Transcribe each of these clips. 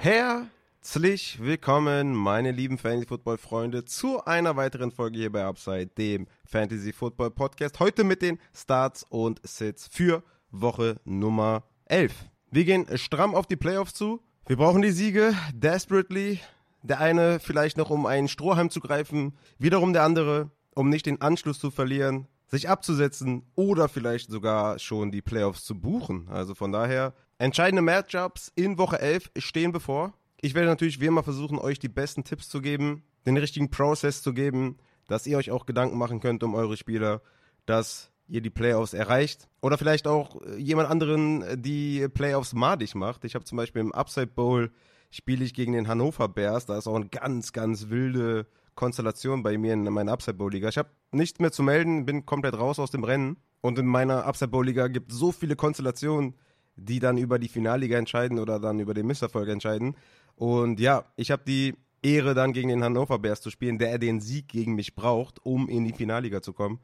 Herzlich willkommen, meine lieben Fantasy-Football-Freunde, zu einer weiteren Folge hier bei Upside, dem Fantasy-Football-Podcast. Heute mit den Starts und Sits für Woche Nummer 11. Wir gehen stramm auf die Playoffs zu. Wir brauchen die Siege, desperately. Der eine vielleicht noch, um einen Strohhalm zu greifen, wiederum der andere, um nicht den Anschluss zu verlieren, sich abzusetzen oder vielleicht sogar schon die Playoffs zu buchen. Also von daher, entscheidende Matchups in Woche 11 stehen bevor. Ich werde natürlich wie immer versuchen, euch die besten Tipps zu geben, den richtigen Prozess zu geben, dass ihr euch auch Gedanken machen könnt um eure Spieler, dass ihr die Playoffs erreicht. Oder vielleicht auch jemand anderen die Playoffs madig macht. Ich habe zum Beispiel im Upside Bowl spiele ich gegen den Hannover Bears. Da ist auch eine ganz, ganz wilde Konstellation bei mir in meiner Upside Bowl Liga. Ich habe nichts mehr zu melden, bin komplett raus aus dem Rennen. Und in meiner Upside Bowl Liga gibt es so viele Konstellationen, die dann über die Finalliga entscheiden oder dann über den Misserfolg entscheiden. Und ja, ich habe die Ehre, dann gegen den Hannover Bears zu spielen, der den Sieg gegen mich braucht, um in die Finalliga zu kommen.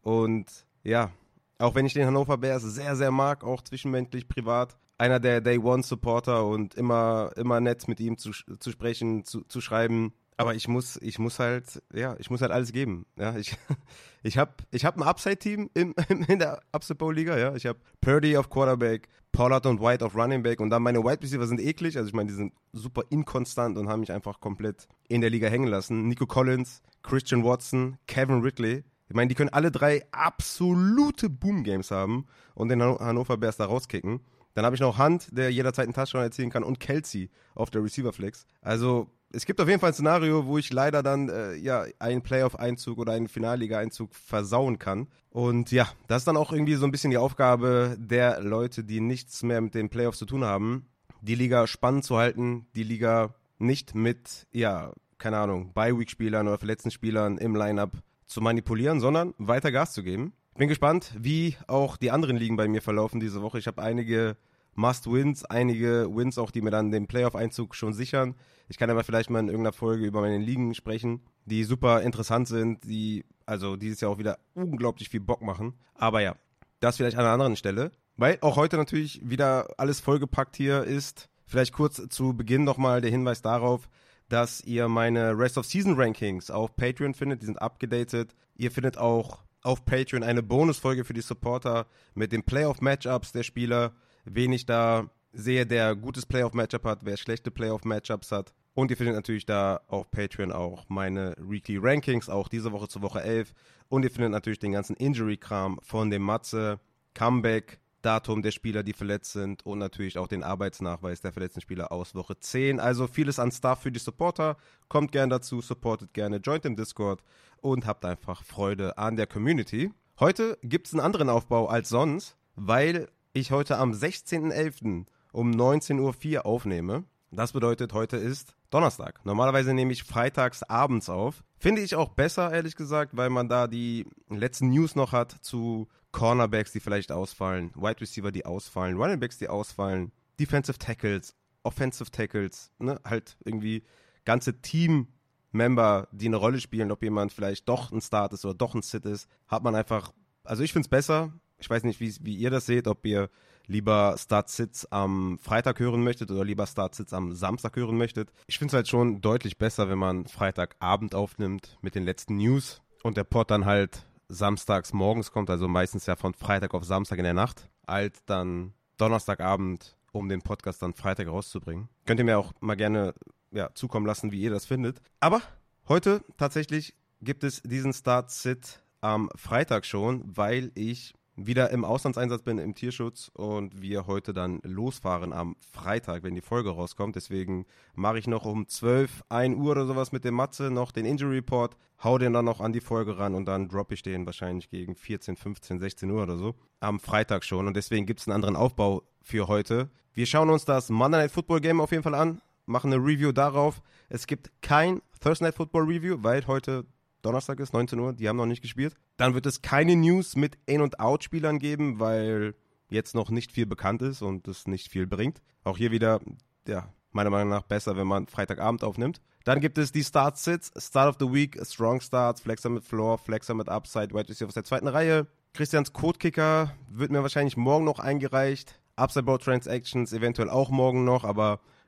Und ja, auch wenn ich den Hannover Bears sehr, sehr mag, auch zwischenmenschlich, privat, einer der Day-One-Supporter und immer nett mit ihm zu sprechen, zu schreiben. Aber ich muss halt alles geben. Ja, ich hab ein Upside-Team in der Upside Bowl-Liga. Ja, ich habe Purdy auf Quarterback, Pollard und White auf Running Back und dann meine Wide Receiver sind eklig. Also ich meine, die sind super inkonstant und haben mich einfach komplett in der Liga hängen lassen. Nico Collins, Christian Watson, Kevin Ridley. Ich meine, die können alle drei absolute Boom-Games haben und den Hannover Bears da rauskicken. Dann habe ich noch Hunt, der jederzeit einen Touchdown erzielen kann, und Kelsey auf der Receiver-Flex. Also es gibt auf jeden Fall ein Szenario, wo ich leider dann einen Playoff-Einzug oder einen Finalliga-Einzug versauen kann. Und ja, das ist dann auch irgendwie so ein bisschen die Aufgabe der Leute, die nichts mehr mit den Playoffs zu tun haben, die Liga spannend zu halten, die Liga nicht mit, keine Ahnung, Bye-Week-Spielern oder verletzten Spielern im Line-Up zu manipulieren, sondern weiter Gas zu geben. Ich bin gespannt, wie auch die anderen Ligen bei mir verlaufen diese Woche. Ich habe einige Must-Wins, einige Wins auch, die mir dann den Playoff-Einzug schon sichern. Ich kann aber vielleicht mal in irgendeiner Folge über meine Ligen sprechen, die super interessant sind, die also dieses Jahr auch wieder unglaublich viel Bock machen. Aber ja, das vielleicht an einer anderen Stelle, weil auch heute natürlich wieder alles vollgepackt hier ist. Vielleicht kurz zu Beginn nochmal der Hinweis darauf, dass ihr meine Rest-of-Season-Rankings auf Patreon findet. Die sind abgedatet. Ihr findet auch auf Patreon eine Bonusfolge für die Supporter mit den Playoff-Matchups der Spieler. Wen ich da sehe, der gutes Playoff-Matchup hat, wer schlechte Playoff-Matchups hat. Und ihr findet natürlich da auf Patreon auch meine Weekly Rankings, auch diese Woche zur Woche 11. Und ihr findet natürlich den ganzen Injury-Kram von dem Matze, Comeback, Datum der Spieler, die verletzt sind und natürlich auch den Arbeitsnachweis der verletzten Spieler aus Woche 10. Also vieles an Stuff für die Supporter. Kommt gerne dazu, supportet gerne, joint im Discord und habt einfach Freude an der Community. Heute gibt es einen anderen Aufbau als sonst, weil ich heute am 16.11. um 19.04 Uhr aufnehme. Das bedeutet, heute ist Donnerstag. Normalerweise nehme ich freitags abends auf. Finde ich auch besser, ehrlich gesagt, weil man da die letzten News noch hat zu Cornerbacks, die vielleicht ausfallen, Wide Receiver, die ausfallen, Running Backs, die ausfallen, Defensive Tackles, Offensive Tackles, ne? Halt irgendwie ganze Team-Member, die eine Rolle spielen, ob jemand vielleicht doch ein Start ist oder doch ein Sit ist, hat man einfach, also ich finde es besser. Ich weiß nicht, wie ihr das seht, ob ihr lieber Start-Sits am Freitag hören möchtet oder lieber Start-Sits am Samstag hören möchtet. Ich finde es halt schon deutlich besser, wenn man Freitagabend aufnimmt mit den letzten News und der Pod dann halt samstags morgens kommt, also meistens ja von Freitag auf Samstag in der Nacht, als dann Donnerstagabend, um den Podcast dann Freitag rauszubringen. Könnt ihr mir auch mal gerne zukommen lassen, wie ihr das findet. Aber heute tatsächlich gibt es diesen Start-Sit am Freitag schon, weil ich wieder im Auslandseinsatz bin, im Tierschutz, und wir heute dann losfahren am Freitag, wenn die Folge rauskommt. Deswegen mache ich noch um 12, 1 Uhr oder sowas mit dem Matze noch den Injury Report, hau den dann noch an die Folge ran und dann droppe ich den wahrscheinlich gegen 14, 15, 16 Uhr oder so am Freitag schon. Und deswegen gibt es einen anderen Aufbau für heute. Wir schauen uns das Monday Night Football Game auf jeden Fall an, machen eine Review darauf. Es gibt kein Thursday Night Football Review, weil heute Donnerstag ist, 19 Uhr, die haben noch nicht gespielt. Dann wird es keine News mit In- und Out-Spielern geben, weil jetzt noch nicht viel bekannt ist und es nicht viel bringt. Auch hier wieder, meiner Meinung nach besser, wenn man Freitagabend aufnimmt. Dann gibt es die Start-Sits, Start of the Week, Strong Starts, Flexer mit Floor, Flexer mit Upside, Wide Receiver aus der zweiten Reihe. Christians Codekicker wird mir wahrscheinlich morgen noch eingereicht. Upside Board Transactions eventuell auch morgen noch, aber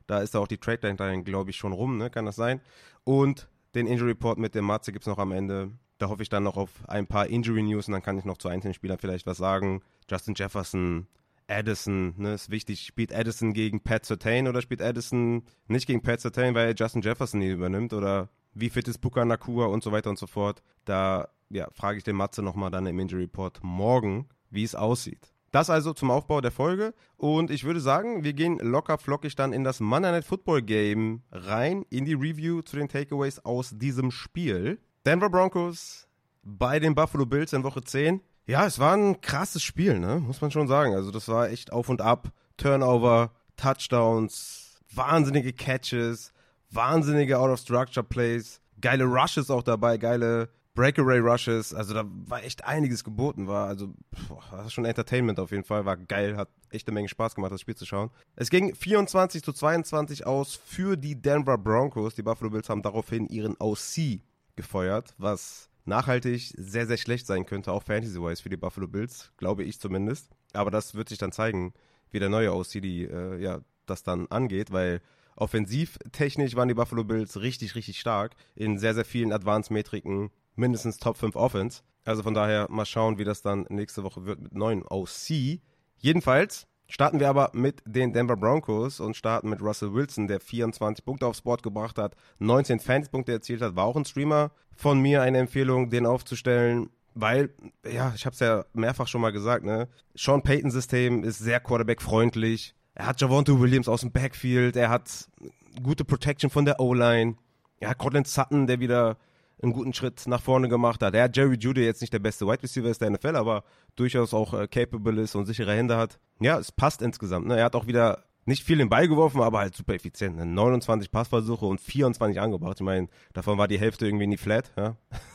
Da ist auch die Trade-Line, glaube ich, schon rum, ne? Kann das sein? Und den Injury Report mit dem Matze gibt es noch am Ende. Da hoffe ich dann noch auf ein paar Injury-News und dann kann ich noch zu einzelnen Spielern vielleicht was sagen. Justin Jefferson, Addison, ne, ist wichtig. Spielt Addison gegen Pat Surtain oder spielt Addison nicht gegen Pat Surtain, weil Justin Jefferson ihn übernimmt? Oder wie fit ist Puka Nacua und so weiter und so fort? Da frage ich den Matze nochmal dann im Injury Report morgen, wie es aussieht. Das also zum Aufbau der Folge und ich würde sagen, wir gehen locker flockig dann in das Monday Night Football Game rein, in die Review zu den Takeaways aus diesem Spiel. Denver Broncos bei den Buffalo Bills in Woche 10. Ja, es war ein krasses Spiel, ne? Muss man schon sagen. Also das war echt auf und ab. Turnover, Touchdowns, wahnsinnige Catches, wahnsinnige Out-of-Structure-Plays, geile Rushes auch dabei, geile Breakaway-Rushes. Also da war echt einiges geboten. War das schon Entertainment auf jeden Fall. War geil, hat echt eine Menge Spaß gemacht, das Spiel zu schauen. Es ging 24-22 aus für die Denver Broncos. Die Buffalo Bills haben daraufhin ihren OC gefeuert, was nachhaltig sehr, sehr schlecht sein könnte, auch Fantasy-wise für die Buffalo Bills, glaube ich zumindest. Aber das wird sich dann zeigen, wie der neue OC das dann angeht, weil offensivtechnisch waren die Buffalo Bills richtig, richtig stark in sehr, sehr vielen Advanced-Metriken, mindestens Top 5 Offense. Also von daher mal schauen, wie das dann nächste Woche wird mit neuen OC. Jedenfalls starten wir aber mit den Denver Broncos und starten mit Russell Wilson, der 24 Punkte aufs Board gebracht hat, 19 Fantasy-Punkte erzielt hat. War auch ein Streamer von mir eine Empfehlung, den aufzustellen, weil, ja, ich habe es ja mehrfach schon mal gesagt, ne? Sean Payton-System ist sehr Quarterback-freundlich. Er hat Javonte Williams aus dem Backfield, er hat gute Protection von der O-Line. Er hat Cortland Sutton, der wieder einen guten Schritt nach vorne gemacht hat. Er hat Jerry Jeudy, jetzt nicht der beste Wide Receiver ist der NFL, aber durchaus auch capable ist und sichere Hände hat. Ja, es passt insgesamt. Ne? Er hat auch wieder nicht viel den Ball geworfen, aber halt super effizient. Ne? 29 Passversuche und 24 angebracht. Ich meine, davon war die Hälfte irgendwie in die Flat. Ja?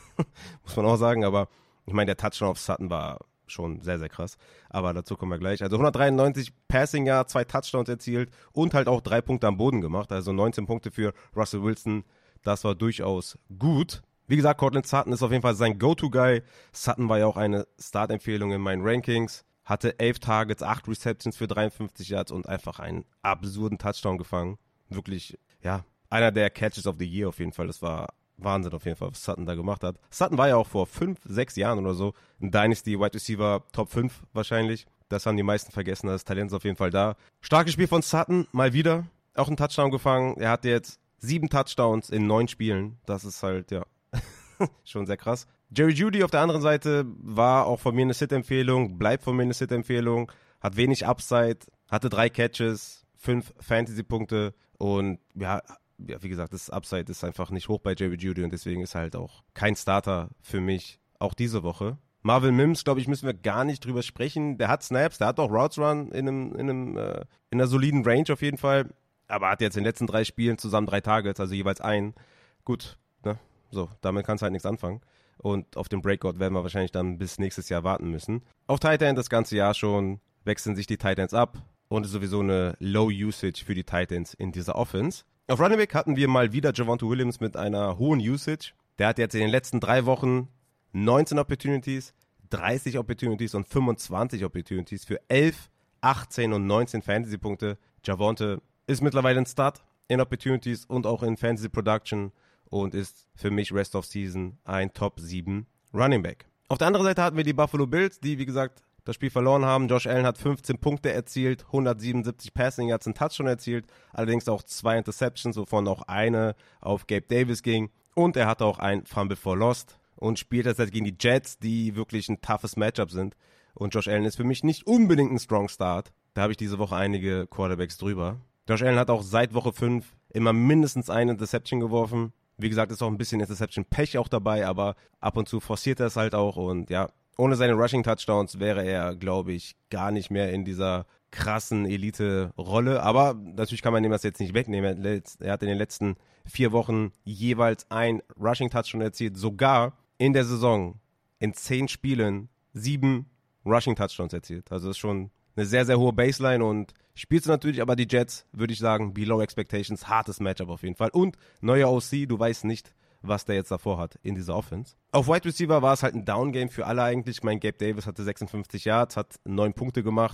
Muss man auch sagen, aber ich meine, der Touchdown auf Sutton war schon sehr, sehr krass. Aber dazu kommen wir gleich. Also 193 Passing Yards, 2 Touchdowns erzielt und halt auch 3 Punkte am Boden gemacht. Also 19 Punkte für Russell Wilson. Das war durchaus gut. Wie gesagt, Cortland Sutton ist auf jeden Fall sein Go-To-Guy. Sutton war ja auch eine Start-Empfehlung in meinen Rankings. Hatte 11 Targets, 8 Receptions für 53 Yards und einfach einen absurden Touchdown gefangen. Wirklich, ja, einer der Catches of the Year auf jeden Fall. Das war Wahnsinn auf jeden Fall, was Sutton da gemacht hat. Sutton war ja auch vor 5, 6 Jahren oder so ein Dynasty Wide Receiver Top 5 wahrscheinlich. Das haben die meisten vergessen, das Talent ist auf jeden Fall da. Starkes Spiel von Sutton, mal wieder. Auch einen Touchdown gefangen. Er hatte jetzt 7 Touchdowns in 9 Spielen. Das ist halt, ja, schon sehr krass. Jerry Jeudy auf der anderen Seite war auch von mir eine Sit-Empfehlung, bleibt von mir eine Sit-Empfehlung, hat wenig Upside, hatte 3 Catches, 5 Fantasy-Punkte und ja, wie gesagt, das Upside ist einfach nicht hoch bei Jerry Jeudy und deswegen ist halt auch kein Starter für mich, auch diese Woche. Marvin Mims, glaube ich, müssen wir gar nicht drüber sprechen. Der hat Snaps, der hat auch Routes Run in einer soliden Range auf jeden Fall, aber hat jetzt in den letzten 3 Spielen zusammen 3 Targets, also jeweils einen. Gut, ne? So, damit kannst du halt nichts anfangen. Und auf den Breakout werden wir wahrscheinlich dann bis nächstes Jahr warten müssen. Auf Tight End das ganze Jahr schon wechseln sich die Tight Ends ab und ist sowieso eine Low Usage für die Tight Ends in dieser Offense. Auf Running Back hatten wir mal wieder Javonte Williams mit einer hohen Usage. Der hat jetzt in den letzten 3 Wochen 19 Opportunities, 30 Opportunities und 25 Opportunities für 11, 18 und 19 Fantasy-Punkte. Javonte ist mittlerweile ein Start in Opportunities und auch in Fantasy Production und ist für mich Rest of Season ein Top 7 Running Back. Auf der anderen Seite hatten wir die Buffalo Bills, die, wie gesagt, das Spiel verloren haben. Josh Allen hat 15 Punkte erzielt, 177 Passing Yards, einen Touchdown erzielt, allerdings auch 2 Interceptions, wovon auch eine auf Gabe Davis ging. Und er hatte auch ein Fumble for Lost und spielt jetzt gegen die Jets, die wirklich ein toughes Matchup sind. Und Josh Allen ist für mich nicht unbedingt ein Strong Start. Da habe ich diese Woche einige Quarterbacks drüber. Josh Allen hat auch seit Woche 5 immer mindestens eine Interception geworfen. Wie gesagt, ist auch ein bisschen Interception-Pech auch dabei, aber ab und zu forciert er es halt auch. Und ja, ohne seine Rushing-Touchdowns wäre er, glaube ich, gar nicht mehr in dieser krassen Elite-Rolle. Aber natürlich kann man ihm das jetzt nicht wegnehmen. Er hat in den letzten 4 Wochen jeweils ein Rushing-Touchdown erzielt. Sogar in der Saison in 10 Spielen 7 Rushing-Touchdowns erzielt. Also das ist schon eine sehr, sehr hohe Baseline und spielst du natürlich aber die Jets, würde ich sagen, below expectations, hartes Matchup auf jeden Fall. Und neuer OC, du weißt nicht, was der jetzt davor hat in dieser Offense. Auf Wide Receiver war es halt ein Down-Game für alle eigentlich. Mein Gabe Davis hatte 56 Yards, hat 9 Punkte gemacht.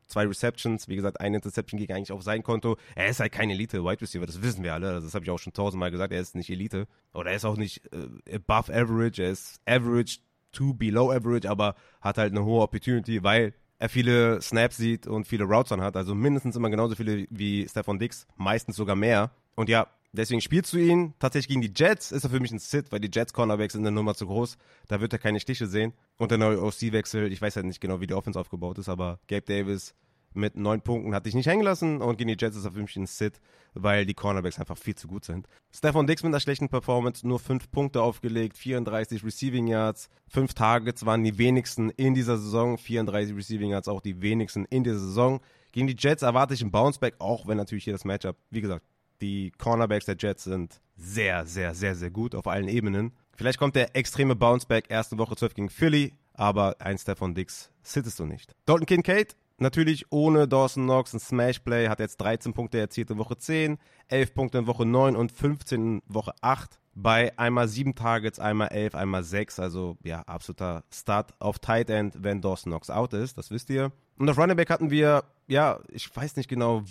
2 Receptions, wie gesagt, eine Interception ging eigentlich auf sein Konto. Er ist halt kein Elite-Wide Receiver, das wissen wir alle, das habe ich auch schon 1000-mal gesagt, er ist nicht Elite. Oder er ist auch nicht above average, er ist average to below average, aber hat halt eine hohe Opportunity, weil er viele Snaps sieht und viele Routes hat, also mindestens immer genauso viele wie Stefon Diggs, meistens sogar mehr. Und ja, deswegen spielst du ihn. Tatsächlich gegen die Jets ist er für mich ein Sit, weil die Jets-Cornerbacks sind eine Nummer zu groß. Da wird er keine Stiche sehen. Und der neue OC-Wechsel, ich weiß halt nicht genau, wie die Offense aufgebaut ist, aber Gabe Davis mit 9 Punkten hat dich nicht hängen lassen und gegen die Jets ist er für mich ein Sit, weil die Cornerbacks einfach viel zu gut sind. Stefon Diggs mit einer schlechten Performance, nur 5 Punkte aufgelegt, 34 Receiving Yards, 5 Targets waren die wenigsten in dieser Saison, 34 Receiving Yards auch die wenigsten in dieser Saison. Gegen die Jets erwarte ich ein Bounceback, auch wenn natürlich hier das Matchup, wie gesagt, die Cornerbacks der Jets sind sehr, sehr, sehr, sehr gut auf allen Ebenen. Vielleicht kommt der extreme Bounceback, erste Woche 12 gegen Philly, aber ein Stefon Diggs sittest du nicht. Dalton Kincaid, natürlich ohne Dawson Knox, ein Smash-Play, hat jetzt 13 Punkte erzielt in Woche 10, 11 Punkte in Woche 9 und 15 in Woche 8. Bei einmal 7 Targets, einmal 11, einmal 6, also ja, absoluter Start auf Tight End, wenn Dawson Knox out ist, das wisst ihr. Und auf Running Back hatten wir, ja, ich weiß nicht genau,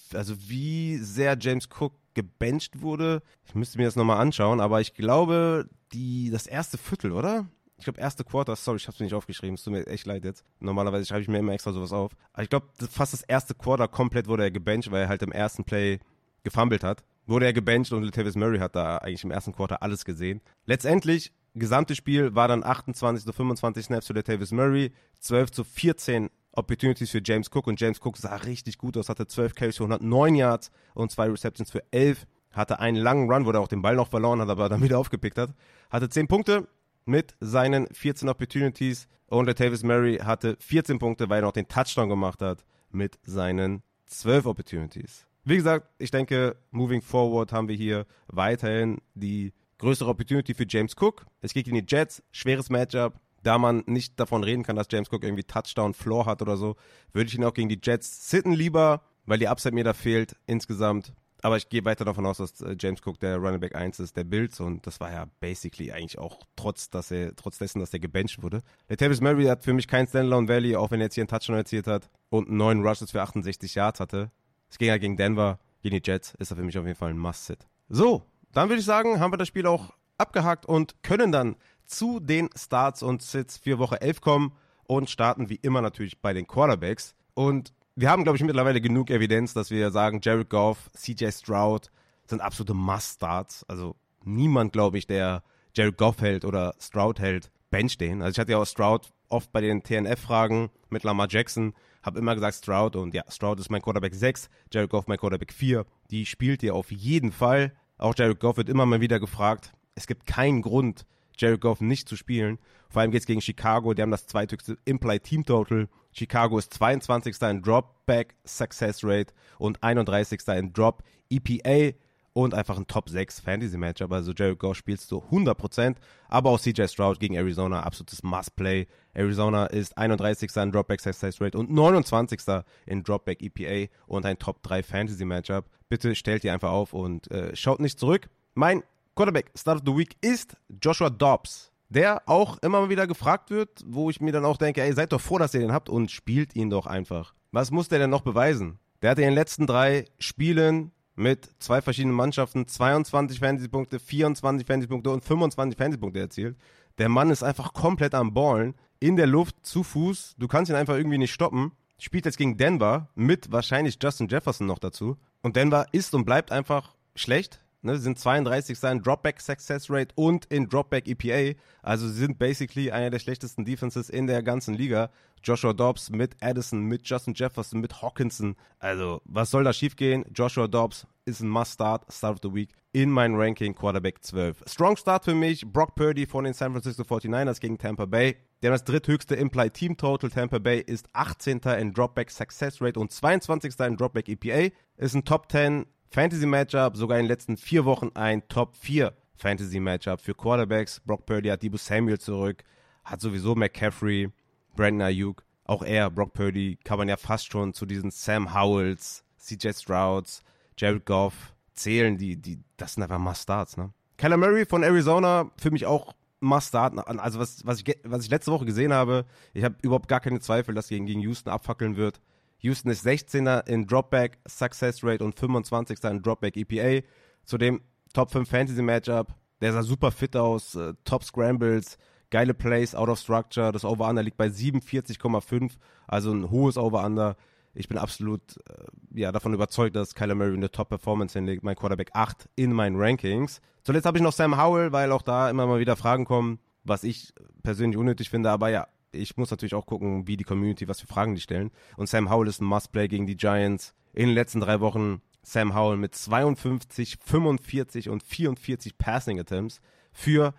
wie sehr James Cook gebencht wurde. Ich müsste mir das nochmal anschauen, aber ich glaube, das erste Viertel, oder? Ich glaube, erste Quarter, sorry, ich habe es mir nicht aufgeschrieben, es tut mir echt leid jetzt. Normalerweise schreibe ich mir immer extra sowas auf. Aber ich glaube, fast das erste Quarter komplett wurde er gebencht, weil er halt im ersten Play gefumbled hat. Wurde er gebencht und Latavius Murray hat da eigentlich im ersten Quarter alles gesehen. Letztendlich, gesamtes Spiel war dann 28 zu 25 Snaps für Latavius Murray, 12 zu 14 Opportunities für James Cook und James Cook sah richtig gut aus, hatte 12 Carries für 109 Yards und 2 Receptions für 11. Hatte einen langen Run, wo er auch den Ball noch verloren hat, aber dann wieder aufgepickt hat. Hatte 10 Punkte mit seinen 14 Opportunities und Latavius Murray hatte 14 Punkte, weil er noch den Touchdown gemacht hat mit seinen 12 Opportunities. Wie gesagt, ich denke, moving forward haben wir hier weiterhin die größere Opportunity für James Cook. Es geht gegen die Jets, schweres Matchup. Da man nicht davon reden kann, dass James Cook irgendwie Touchdown-Floor hat oder so, würde ich ihn auch gegen die Jets sitten lieber, weil die Upside mir da fehlt insgesamt. Aber ich gehe weiter davon aus, dass James Cook der Running Back 1 ist der Bills und das war ja basically eigentlich auch trotz dessen, dass er gebencht wurde. Latavius Murray hat für mich kein Standalone Value, auch wenn er jetzt hier einen Touchdown erzielt hat und 9 Rushes für 68 Yards hatte. Es ging ja gegen Denver, gegen die Jets, ist er für mich auf jeden Fall ein Must-Sit. So, dann würde ich sagen, haben wir das Spiel auch abgehakt und können dann zu den Starts und Sits für Woche 11 kommen und starten wie immer natürlich bei den Quarterbacks. Und wir haben, glaube ich, mittlerweile genug Evidenz, dass wir sagen, Jared Goff, CJ Stroud sind absolute Must-Starts. Also niemand, glaube ich, der Jared Goff hält oder Stroud hält, bencht den. Also ich hatte ja auch Stroud oft bei den TNF-Fragen mit Lamar Jackson, habe immer gesagt Stroud und ja, Stroud ist mein Quarterback 6, Jared Goff mein Quarterback 4. Die spielt ihr auf jeden Fall. Auch Jared Goff wird immer mal wieder gefragt. Es gibt keinen Grund, Jared Goff nicht zu spielen. Vor allem geht es gegen Chicago, die haben das zweithöchste Implied Team Total. Chicago ist 22. in Dropback Success Rate und 31. in Drop EPA und einfach ein Top 6 Fantasy Matchup. Also Jared Goff spielst du 100%, aber auch CJ Stroud gegen Arizona, absolutes Must-Play. Arizona ist 31. in Dropback Success Rate und 29. in Dropback EPA und ein Top 3 Fantasy Matchup. Bitte stellt ihr einfach auf und schaut nicht zurück. Mein Quarterback Start of the Week ist Joshua Dobbs, der auch immer mal wieder gefragt wird, wo ich mir dann auch denke, ey, seid doch froh, dass ihr den habt und spielt ihn doch einfach. Was muss der denn noch beweisen? Der hat in den letzten 3 Spielen mit 2 verschiedenen Mannschaften 22 Fantasy-Punkte, 24 Fantasy-Punkte und 25 Fantasy-Punkte erzielt. Der Mann ist einfach komplett am Ballen, in der Luft, zu Fuß. Du kannst ihn einfach irgendwie nicht stoppen. Spielt jetzt gegen Denver mit wahrscheinlich Justin Jefferson noch dazu. Und Denver ist und bleibt einfach schlecht. Ne, sie sind 32. in Dropback Success Rate und in Dropback EPA. Also sie sind basically einer der schlechtesten Defenses in der ganzen Liga. Joshua Dobbs mit Addison, mit Justin Jefferson, mit Hawkinson. Also was soll da schiefgehen? Joshua Dobbs ist ein Must-Start, Start of the Week in mein Ranking Quarterback 12. Strong Start für mich, Brock Purdy von den San Francisco 49ers gegen Tampa Bay. Der hat das dritthöchste Implied Team Total. Tampa Bay ist 18. in Dropback Success Rate und 22. in Dropback EPA. Ist ein Top 10 Fantasy-Matchup, sogar in den letzten 4 Wochen ein Top-4 Fantasy-Matchup für Quarterbacks. Brock Purdy hat Deebo Samuel zurück, hat sowieso McCaffrey, Brandon Ayuk. Auch er, Brock Purdy, kann man ja fast schon zu diesen Sam Howells, CJ Strouds, Jared Goff zählen. Das sind einfach Must-Starts. Ne? Kyler Murray von Arizona, für mich auch Must-Start. Also was ich letzte Woche gesehen habe, ich habe überhaupt gar keine Zweifel, dass er gegen Houston abfackeln wird. Houston ist 16er in Dropback Success Rate und 25. in Dropback EPA. Zudem Top 5 Fantasy Matchup. Der sah super fit aus, Top Scrambles, geile Plays, out of structure. Das Over-Under liegt bei 47,5, also ein hohes Over-Under. Ich bin absolut davon überzeugt, dass Kyler Murray eine Top-Performance hinlegt. Mein Quarterback 8 in meinen Rankings. Zuletzt habe ich noch Sam Howell, weil auch da immer mal wieder Fragen kommen, was ich persönlich unnötig finde. Aber ja, ich muss natürlich auch gucken, wie die Community, was für Fragen die stellen. Und Sam Howell ist ein Must-Play gegen die Giants. In den letzten 3 Wochen Sam Howell mit 52, 45 und 44 Passing Attempts für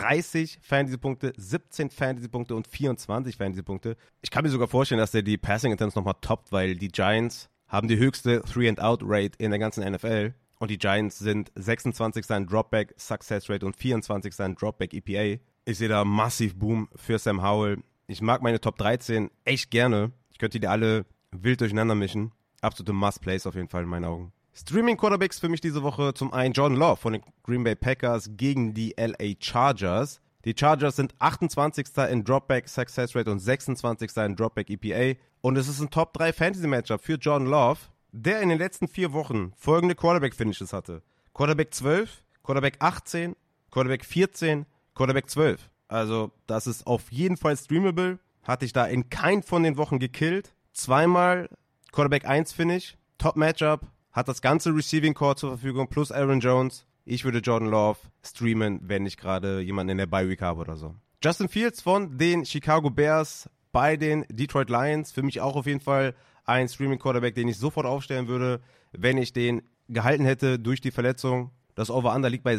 30 Fantasy-Punkte, 17 Fantasy-Punkte und 24 Fantasy-Punkte. Ich kann mir sogar vorstellen, dass der die Passing Attempts nochmal toppt, weil die Giants haben die höchste 3-and-Out-Rate in der ganzen NFL und die Giants sind 26. in Dropback Success Rate und 24. in Dropback EPA. Ich sehe da massiv Boom für Sam Howell. Ich mag meine Top 13 echt gerne. Ich könnte die alle wild durcheinander mischen. Absolute Must-Plays auf jeden Fall in meinen Augen. Streaming-Quarterbacks für mich diese Woche zum einen Jordan Love von den Green Bay Packers gegen die LA Chargers. Die Chargers sind 28. in Dropback Success Rate und 26. in Dropback EPA. Und es ist ein Top 3 Fantasy-Matchup für Jordan Love, der in den letzten 4 Wochen folgende Quarterback-Finishes hatte. Quarterback 12, Quarterback 18, Quarterback 14, Quarterback 12. Also das ist auf jeden Fall streamable. Hatte ich da in keinen von den Wochen gekillt. Zweimal Quarterback 1 Finish, Top Matchup, hat das ganze Receiving Core zur Verfügung, plus Aaron Jones. Ich würde Jordan Love streamen, wenn ich gerade jemanden in der Bye-Week habe oder so. Justin Fields von den Chicago Bears bei den Detroit Lions. Für mich auch auf jeden Fall ein Streaming-Quarterback, den ich sofort aufstellen würde, wenn ich den gehalten hätte durch die Verletzung. Das Over-Under liegt bei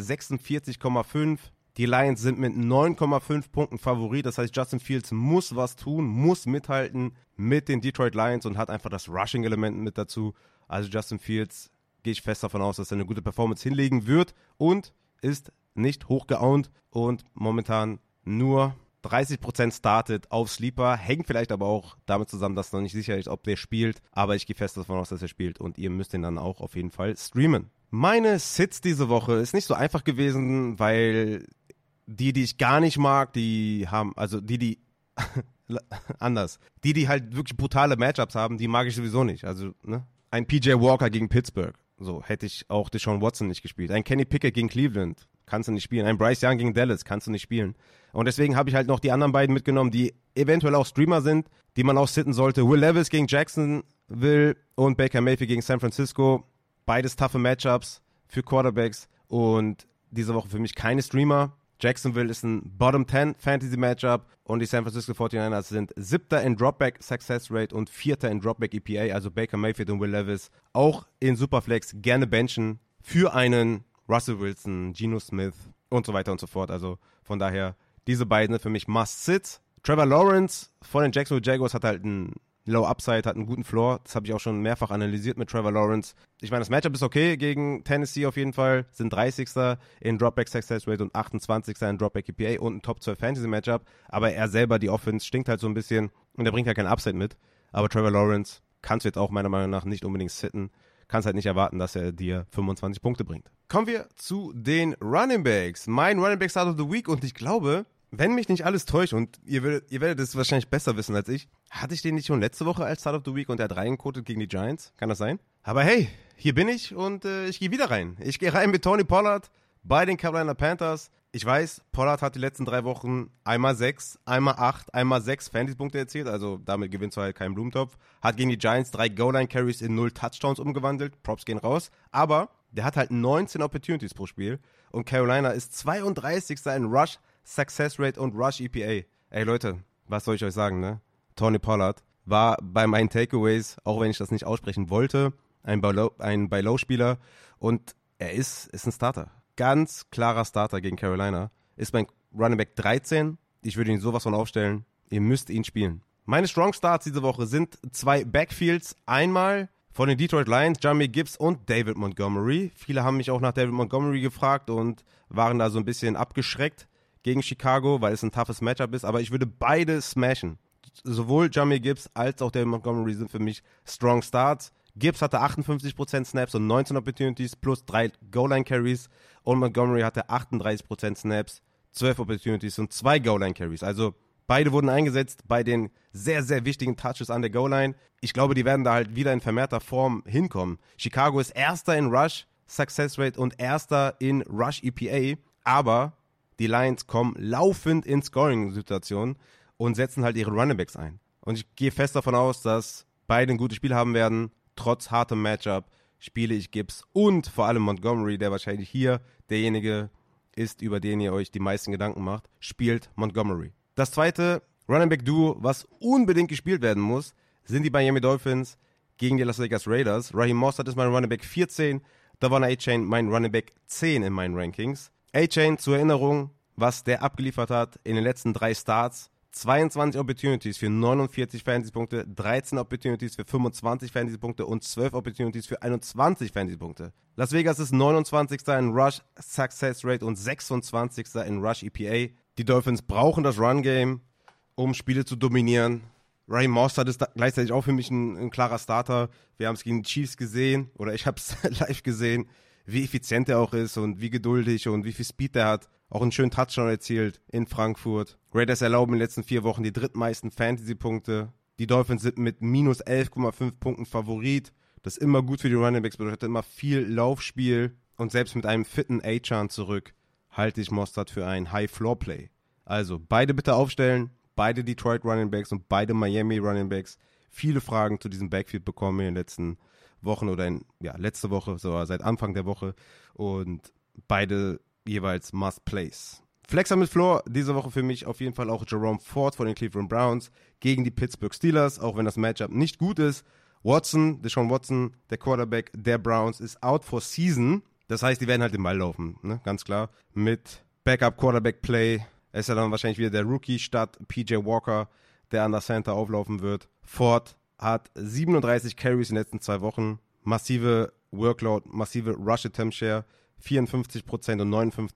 46,5. Die Lions sind mit 9,5 Punkten Favorit. Das heißt, Justin Fields muss was tun, muss mithalten mit den Detroit Lions und hat einfach das Rushing-Element mit dazu. Also Justin Fields, gehe ich fest davon aus, dass er eine gute Performance hinlegen wird und ist nicht hochgeowned und momentan nur 30% startet auf Sleeper. Hängt vielleicht aber auch damit zusammen, dass noch nicht sicher ist, ob der spielt. Aber ich gehe fest davon aus, dass er spielt und ihr müsst ihn dann auch auf jeden Fall streamen. Meine Sits diese Woche ist nicht so einfach gewesen, weil die ich gar nicht mag, die haben, also die anders. Die halt wirklich brutale Matchups haben, die mag ich sowieso nicht. Also, ne? Ein PJ Walker gegen Pittsburgh, so hätte ich auch Deshaun Watson nicht gespielt. Ein Kenny Pickett gegen Cleveland, kannst du nicht spielen. Ein Bryce Young gegen Dallas, kannst du nicht spielen. Und deswegen habe ich halt noch die anderen beiden mitgenommen, die eventuell auch Streamer sind, die man auch sitten sollte. Will Levis gegen Jacksonville und Baker Mayfield gegen San Francisco. Beides taffe Matchups für Quarterbacks und diese Woche für mich keine Streamer. Jacksonville ist ein Bottom 10 Fantasy Matchup und die San Francisco 49ers sind 7. in Dropback Success Rate und 4. in Dropback EPA, also Baker Mayfield und Will Levis auch in Superflex gerne benchen für einen Russell Wilson, Geno Smith und so weiter und so fort. Also von daher, diese beiden sind für mich Must-Sits. Trevor Lawrence von den Jacksonville Jaguars hat halt einen Low Upside, hat einen guten Floor. Das habe ich auch schon mehrfach analysiert mit Trevor Lawrence. Ich meine, das Matchup ist okay gegen Tennessee auf jeden Fall. Sind 30. in Dropback Success Rate und 28. in Dropback EPA und ein Top 12 Fantasy Matchup. Aber er selber, die Offense, stinkt halt so ein bisschen und er bringt halt keinen Upside mit. Aber Trevor Lawrence kannst du jetzt auch meiner Meinung nach nicht unbedingt sitten. Kannst halt nicht erwarten, dass er dir 25 Punkte bringt. Kommen wir zu den Running Backs. Mein Running Back Start of the Week und ich glaube, wenn mich nicht alles täuscht, und ihr werdet es wahrscheinlich besser wissen als ich, hatte ich den nicht schon letzte Woche als Start of the Week und der hat reingekotet gegen die Giants? Kann das sein? Aber hey, hier bin ich und ich gehe wieder rein. Ich gehe rein mit Tony Pollard bei den Carolina Panthers. Ich weiß, Pollard hat die letzten 3 Wochen einmal 6, einmal 8, einmal 6 Fantasy-Punkte erzielt, also damit gewinnst du halt keinen Blumentopf. Hat gegen die Giants 3 Goal-Line-Carries in 0 Touchdowns umgewandelt. Props gehen raus. Aber der hat halt 19 Opportunities pro Spiel und Carolina ist 32. in Rush Success Rate und Rush EPA. Ey Leute, was soll ich euch sagen, ne? Tony Pollard war bei meinen Takeaways, auch wenn ich das nicht aussprechen wollte, ein Buy-Low-Spieler und er ist ein Starter. Ganz klarer Starter gegen Carolina. Ist mein Running Back 13. Ich würde ihn sowas von aufstellen. Ihr müsst ihn spielen. Meine Strong Starts diese Woche sind 2 Backfields. Einmal von den Detroit Lions, Jahmyr Gibbs und David Montgomery. Viele haben mich auch nach David Montgomery gefragt und waren da so ein bisschen abgeschreckt gegen Chicago, weil es ein toughes Matchup ist, aber ich würde beide smashen. Sowohl Jahmyr Gibbs als auch David Montgomery sind für mich Strong Starts. Gibbs hatte 58% Snaps und 19 Opportunities plus 3 Goal-Line-Carries und Montgomery hatte 38% Snaps, 12 Opportunities und 2 Goal-Line-Carries. Also Beide wurden eingesetzt bei den sehr, sehr wichtigen Touches an der Goal-Line. Ich glaube, die werden da halt wieder in vermehrter Form hinkommen. Chicago ist Erster in Rush Success Rate und Erster in Rush EPA, aber die Lions kommen laufend in Scoring-Situationen und setzen halt ihre Runningbacks ein. Und ich gehe fest davon aus, dass beide ein gutes Spiel haben werden, trotz hartem Matchup. Spiele ich Gibbs und vor allem Montgomery, der wahrscheinlich hier derjenige ist, über den ihr euch die meisten Gedanken macht, spielt Montgomery. Das zweite Running Back Duo, was unbedingt gespielt werden muss, sind die Miami Dolphins gegen die Las Vegas Raiders. Raheem Mostert ist mein Running Back 14, Devon A-Chain mein Running Back 10 in meinen Rankings. A-Chain, zur Erinnerung, was der abgeliefert hat in den letzten 3 Starts. 22 Opportunities für 49 Fantasy-Punkte, 13 Opportunities für 25 Fantasy-Punkte und 12 Opportunities für 21 Fantasy-Punkte. Las Vegas ist 29. in Rush Success Rate und 26. in Rush EPA. Die Dolphins brauchen das Run-Game, um Spiele zu dominieren. Raheem Mostert ist gleichzeitig auch für mich ein klarer Starter. Wir haben es gegen die Chiefs gesehen, oder ich habe es live gesehen, wie effizient er auch ist und wie geduldig und wie viel Speed er hat. Auch einen schönen Touchdown erzielt in Frankfurt. Raiders erlauben in den letzten 4 Wochen die drittmeisten Fantasy-Punkte. Die Dolphins sind mit minus 11,5 Punkten Favorit. Das ist immer gut für die Running Backs, bedeutet immer viel Laufspiel. Und selbst mit einem fitten A-Chan zurück halte ich Mostert für ein High-Floor-Play. Also beide bitte aufstellen, beide Detroit Running Backs und beide Miami Running Backs. Viele Fragen zu diesem Backfield bekommen in den letzten Wochen oder letzte Woche, so seit Anfang der Woche. Und beide jeweils Must-Plays. Flexer mit Floor, diese Woche für mich auf jeden Fall auch Jerome Ford von den Cleveland Browns gegen die Pittsburgh Steelers, auch wenn das Matchup nicht gut ist. Deshaun Watson, der Quarterback der Browns, ist out for season. Das heißt, die werden halt den Ball laufen, ne? Ganz klar. Mit Backup-Quarterback-Play ist ja dann wahrscheinlich wieder der Rookie statt PJ Walker, der an der Center auflaufen wird. Ford hat 37 Carries in den letzten 2 Wochen, massive Workload, massive Rush-Attempt-Share, 54% und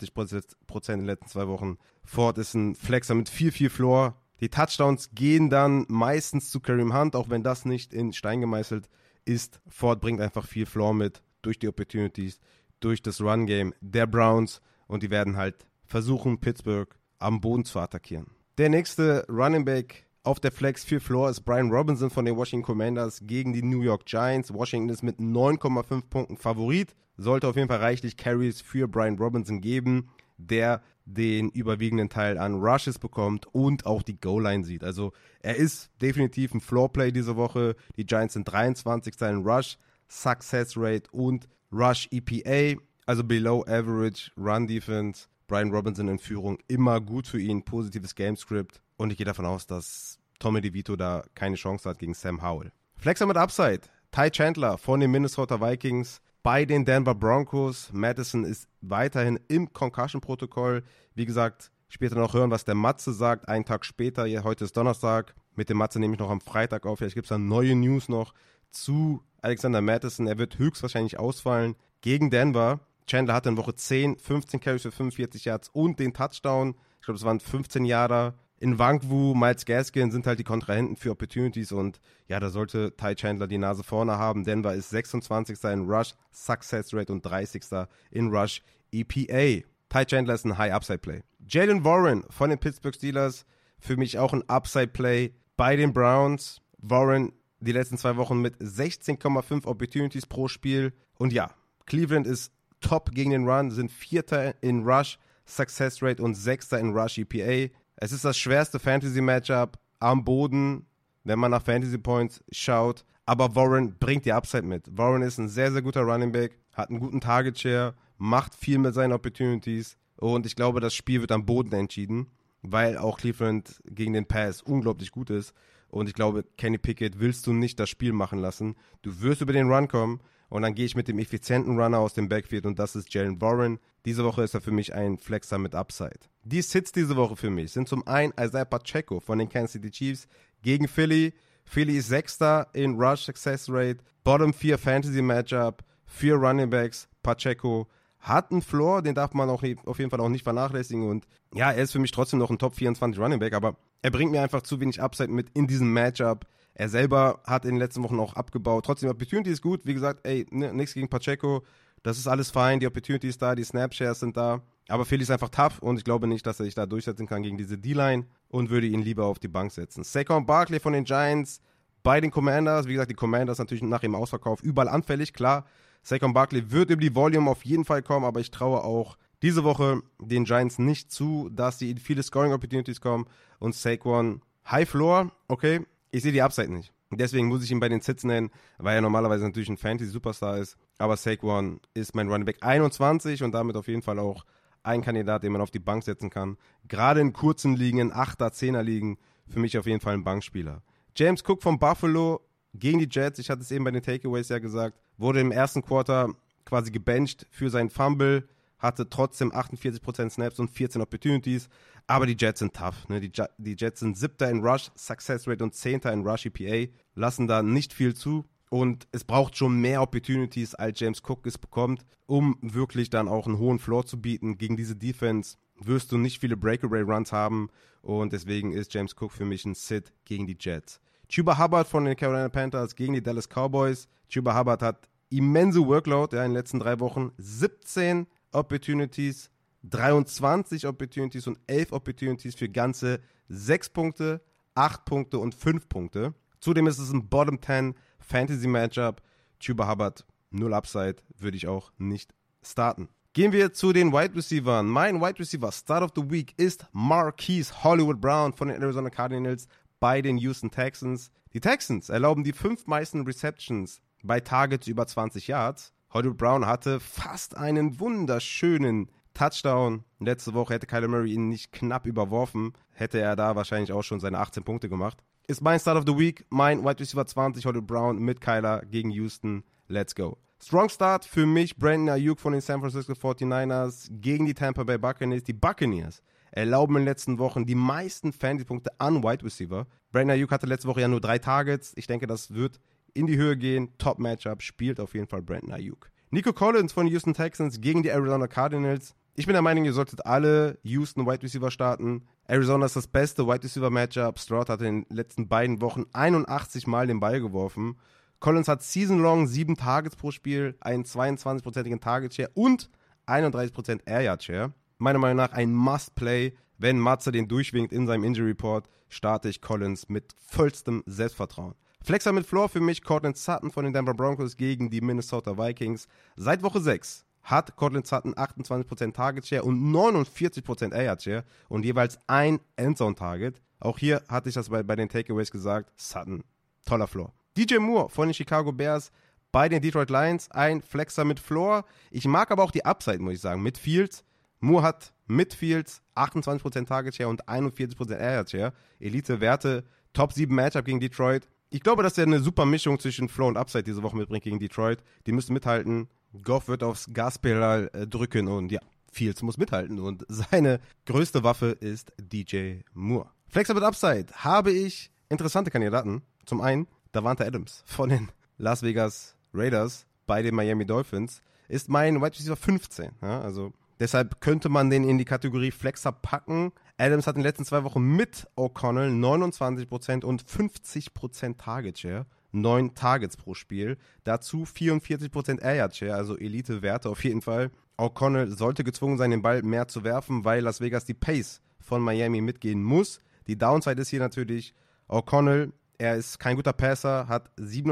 59% in den letzten 2 Wochen. Ford ist ein Flexer mit viel Floor. Die Touchdowns gehen dann meistens zu Kareem Hunt, auch wenn das nicht in Stein gemeißelt ist. Ford bringt einfach viel Floor mit, durch die Opportunities, durch das Run-Game der Browns und die werden halt versuchen, Pittsburgh am Boden zu attackieren. Der nächste Running Back auf der Flex für Floor ist Brian Robinson von den Washington Commanders gegen die New York Giants. Washington ist mit 9,5 Punkten Favorit. Sollte auf jeden Fall reichlich Carries für Brian Robinson geben, der den überwiegenden Teil an Rushes bekommt und auch die Goal-Line sieht. Also er ist definitiv ein Floor-Play diese Woche. Die Giants sind 23. in Rush, Success Rate und Rush EPA, also Below Average Run Defense. Brian Robinson in Führung, immer gut für ihn, positives Gamescript. Und ich gehe davon aus, dass Tommy DeVito da keine Chance hat gegen Sam Howell. Flexer mit Upside, Ty Chandler von den Minnesota Vikings bei den Denver Broncos. Madison ist weiterhin im Concussion-Protokoll. Wie gesagt, später noch hören, was der Matze sagt. Einen Tag später, heute ist Donnerstag. Mit dem Matze nehme ich noch am Freitag auf. Vielleicht gibt es da neue News noch zu Alexander Madison. Er wird höchstwahrscheinlich ausfallen gegen Denver. Chandler hatte in Woche 10 15 Carries für 45 Yards und den Touchdown. Ich glaube, es waren 15 Yarder. In Nwankwo, Myles Gaskin sind halt die Kontrahenten für Opportunities und ja, da sollte Ty Chandler die Nase vorne haben. Denver ist 26. in Rush Success Rate und 30. in Rush EPA. Ty Chandler ist ein High-Upside-Play. Jaylen Warren von den Pittsburgh Steelers, für mich auch ein Upside-Play bei den Browns. Warren die letzten 2 Wochen mit 16,5 Opportunities pro Spiel. Und ja, Cleveland ist top gegen den Run, sind 4. in Rush Success Rate und 6. in Rush EPA. Es ist das schwerste Fantasy-Matchup am Boden, wenn man nach Fantasy Points schaut. Aber Warren bringt die Upside mit. Warren ist ein sehr, sehr guter Running Back, hat einen guten Target Share, macht viel mit seinen Opportunities. Und ich glaube, das Spiel wird am Boden entschieden, weil auch Cleveland gegen den Pass unglaublich gut ist. Und ich glaube, Kenny Pickett willst du nicht das Spiel machen lassen. Du wirst über den Run kommen. Und dann gehe ich mit dem effizienten Runner aus dem Backfield und das ist Jaylen Warren. Diese Woche ist er für mich ein Flexer mit Upside. Die Sits diese Woche für mich sind zum einen Isaiah Pacheco von den Kansas City Chiefs gegen Philly. Philly ist 6. in Rush Success Rate. Bottom 4 Fantasy Matchup für Running Backs. Pacheco hat einen Floor, den darf man auch auf jeden Fall auch nicht vernachlässigen. Und ja, er ist für mich trotzdem noch ein Top 24 Running Back, aber er bringt mir einfach zu wenig Upside mit in diesem Matchup. Er selber hat in den letzten Wochen auch abgebaut. Trotzdem, Opportunity ist gut. Wie gesagt, nichts gegen Pacheco. Das ist alles fein. Die Opportunity ist da, die Snapshares sind da. Aber Philly ist einfach tough und ich glaube nicht, dass er sich da durchsetzen kann gegen diese D-Line. und würde ihn lieber auf die Bank setzen. Saquon Barkley von den Giants bei den Commanders. Wie gesagt, die Commanders natürlich nach dem Ausverkauf überall anfällig, klar. Saquon Barkley wird über die Volume auf jeden Fall kommen, aber ich traue auch diese Woche den Giants nicht zu, dass sie in viele Scoring-Opportunities kommen und Saquon High Floor, okay, ich sehe die Upside nicht. Deswegen muss ich ihn bei den Sits nennen, weil er normalerweise natürlich ein Fantasy-Superstar ist, aber Saquon ist mein Running Back 21 und damit auf jeden Fall auch ein Kandidat, den man auf die Bank setzen kann. Gerade in kurzen Ligen, in 8er, 10er Ligen, für mich auf jeden Fall ein Bankspieler. James Cook von Buffalo gegen die Jets, ich hatte es eben bei den Takeaways ja gesagt, wurde im ersten Quarter quasi gebencht für seinen Fumble, hatte trotzdem 48% Snaps und 14 Opportunities, aber die Jets sind tough. Ne? Die Jets sind 7. in Rush Success Rate und 10. in Rush EPA, lassen da nicht viel zu und es braucht schon mehr Opportunities, als James Cook es bekommt, um wirklich dann auch einen hohen Floor zu bieten. Gegen diese Defense wirst du nicht viele Breakaway-Runs haben und deswegen ist James Cook für mich ein Sit gegen die Jets. Chuba Hubbard von den Carolina Panthers gegen die Dallas Cowboys. Chuba Hubbard hat immense Workload in den letzten 3 Wochen. 17 Opportunities, 23 Opportunities und 11 Opportunities für ganze 6 Punkte, 8 Punkte und 5 Punkte. Zudem ist es ein Bottom 10 Fantasy Matchup. Chuba Hubbard, 0 Upside, würde ich auch nicht starten. Gehen wir zu den Wide Receivers. Mein Wide Receiver Start of the Week ist Marquise Hollywood Brown von den Arizona Cardinals bei den Houston Texans. Die Texans erlauben die 5 meisten Receptions bei Targets über 20 Yards. Hollywood Brown hatte fast einen wunderschönen Touchdown. Letzte Woche hätte Kyler Murray ihn nicht knapp überworfen, hätte er da wahrscheinlich auch schon seine 18 Punkte gemacht. Ist mein Start of the Week, mein Wide Receiver 20, Hollywood Brown mit Kyler gegen Houston. Let's go. Strong Start für mich, Brandon Ayuk von den San Francisco 49ers gegen die Tampa Bay Buccaneers. Die Buccaneers erlauben in den letzten Wochen die meisten Fantasy-Punkte an Wide Receiver. Brandon Ayuk hatte letzte Woche ja nur 3 Targets. Ich denke, das wird in die Höhe gehen. Top-Matchup, spielt auf jeden Fall Brandon Ayuk. Nico Collins von den Houston Texans gegen die Arizona Cardinals. Ich bin der Meinung, ihr solltet alle Houston Wide Receiver starten. Arizona ist das beste Wide Receiver Matchup. Stroud hat in den letzten beiden Wochen 81 Mal den Ball geworfen. Collins hat season-long 7 Targets pro Spiel, einen 22%igen Target-Share und 31% Air-Yard-Share. Meiner Meinung nach ein Must-Play. Wenn Matze den durchwinkt in seinem Injury-Report, starte ich Collins mit vollstem Selbstvertrauen. Flexer mit Floor für mich, Courtland Sutton von den Denver Broncos gegen die Minnesota Vikings. Seit Woche 6 hat Courtland Sutton 28% Target Share und 49% Air Share und jeweils ein Endzone-Target. Auch hier hatte ich das bei den Takeaways gesagt, Sutton, toller Floor. DJ Moore von den Chicago Bears bei den Detroit Lions, ein Flexer mit Floor. Ich mag aber auch die Upside, muss ich sagen, mit Fields. Moore hat mit Fields 28% Target Share und 41% Air Share. Elite-Werte, Top 7 Matchup gegen Detroit. Ich glaube, dass er eine super Mischung zwischen Floor und Upside diese Woche mitbringt gegen Detroit. Die müssen mithalten. Goff wird aufs Gaspedal drücken und ja, Fields muss mithalten. Und seine größte Waffe ist DJ Moore. Flexer mit Upside habe ich interessante Kandidaten. Zum einen Davante Adams von den Las Vegas Raiders bei den Miami Dolphins ist mein Wide Receiver 15. Ja, also deshalb könnte man den in die Kategorie Flexer packen. Adams hat in den letzten 2 Wochen mit O'Connell 29% und 50% Target Share. 9 Targets pro Spiel. Dazu 44% Air Yard Share, also Elite-Werte auf jeden Fall. O'Connell sollte gezwungen sein, den Ball mehr zu werfen, weil Las Vegas die Pace von Miami mitgehen muss. Die Downside ist hier natürlich, O'Connell, er ist kein guter Passer, hat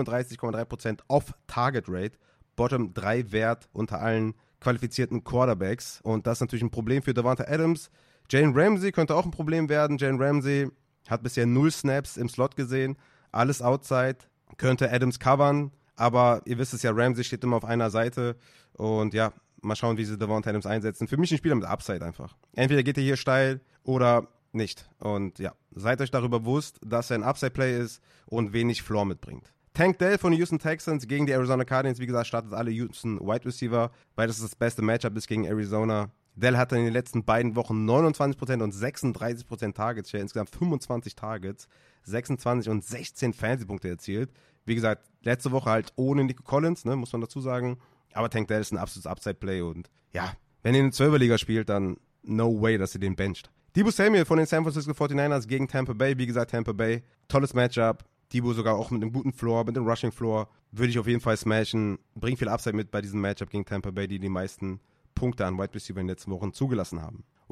37,3% Off-Target-Rate, Bottom 3 Wert unter allen qualifizierten Quarterbacks. Und das ist natürlich ein Problem für Davante Adams. Jalen Ramsey könnte auch ein Problem werden. Jalen Ramsey hat bisher 0 Snaps im Slot gesehen, alles Outside. Könnte Adams covern, aber ihr wisst es ja, Ramsey steht immer auf einer Seite und ja, mal schauen, wie sie Davante Adams einsetzen. Für mich ein Spieler mit Upside einfach. Entweder geht er hier steil oder nicht. Und ja, seid euch darüber bewusst, dass er ein Upside-Play ist und wenig Floor mitbringt. Tank Dell von den Houston Texans gegen die Arizona Cardinals. Wie gesagt, startet alle Houston Wide Receiver, weil das das beste Matchup ist gegen Arizona. Dell hatte in den letzten beiden Wochen 29% und 36% Targets Share, insgesamt 25 Targets, 26 und 16 Fantasy-Punkte erzielt. Wie gesagt, letzte Woche halt ohne Nico Collins, ne, muss man dazu sagen. Aber Tank Dell ist ein absolutes Upside-Play und ja, wenn ihr in der 12er-Liga spielt, dann no way, dass ihr den bencht. Deebo Samuel von den San Francisco 49ers gegen Tampa Bay. Wie gesagt, Tampa Bay, tolles Matchup. Deebo sogar auch mit einem guten Floor, mit einem Rushing Floor. Würde ich auf jeden Fall smashen. Bringt viel Upside mit bei diesem Matchup gegen Tampa Bay, die meisten Punkte an Wide Receiver in den letzten Wochen zugelassen haben.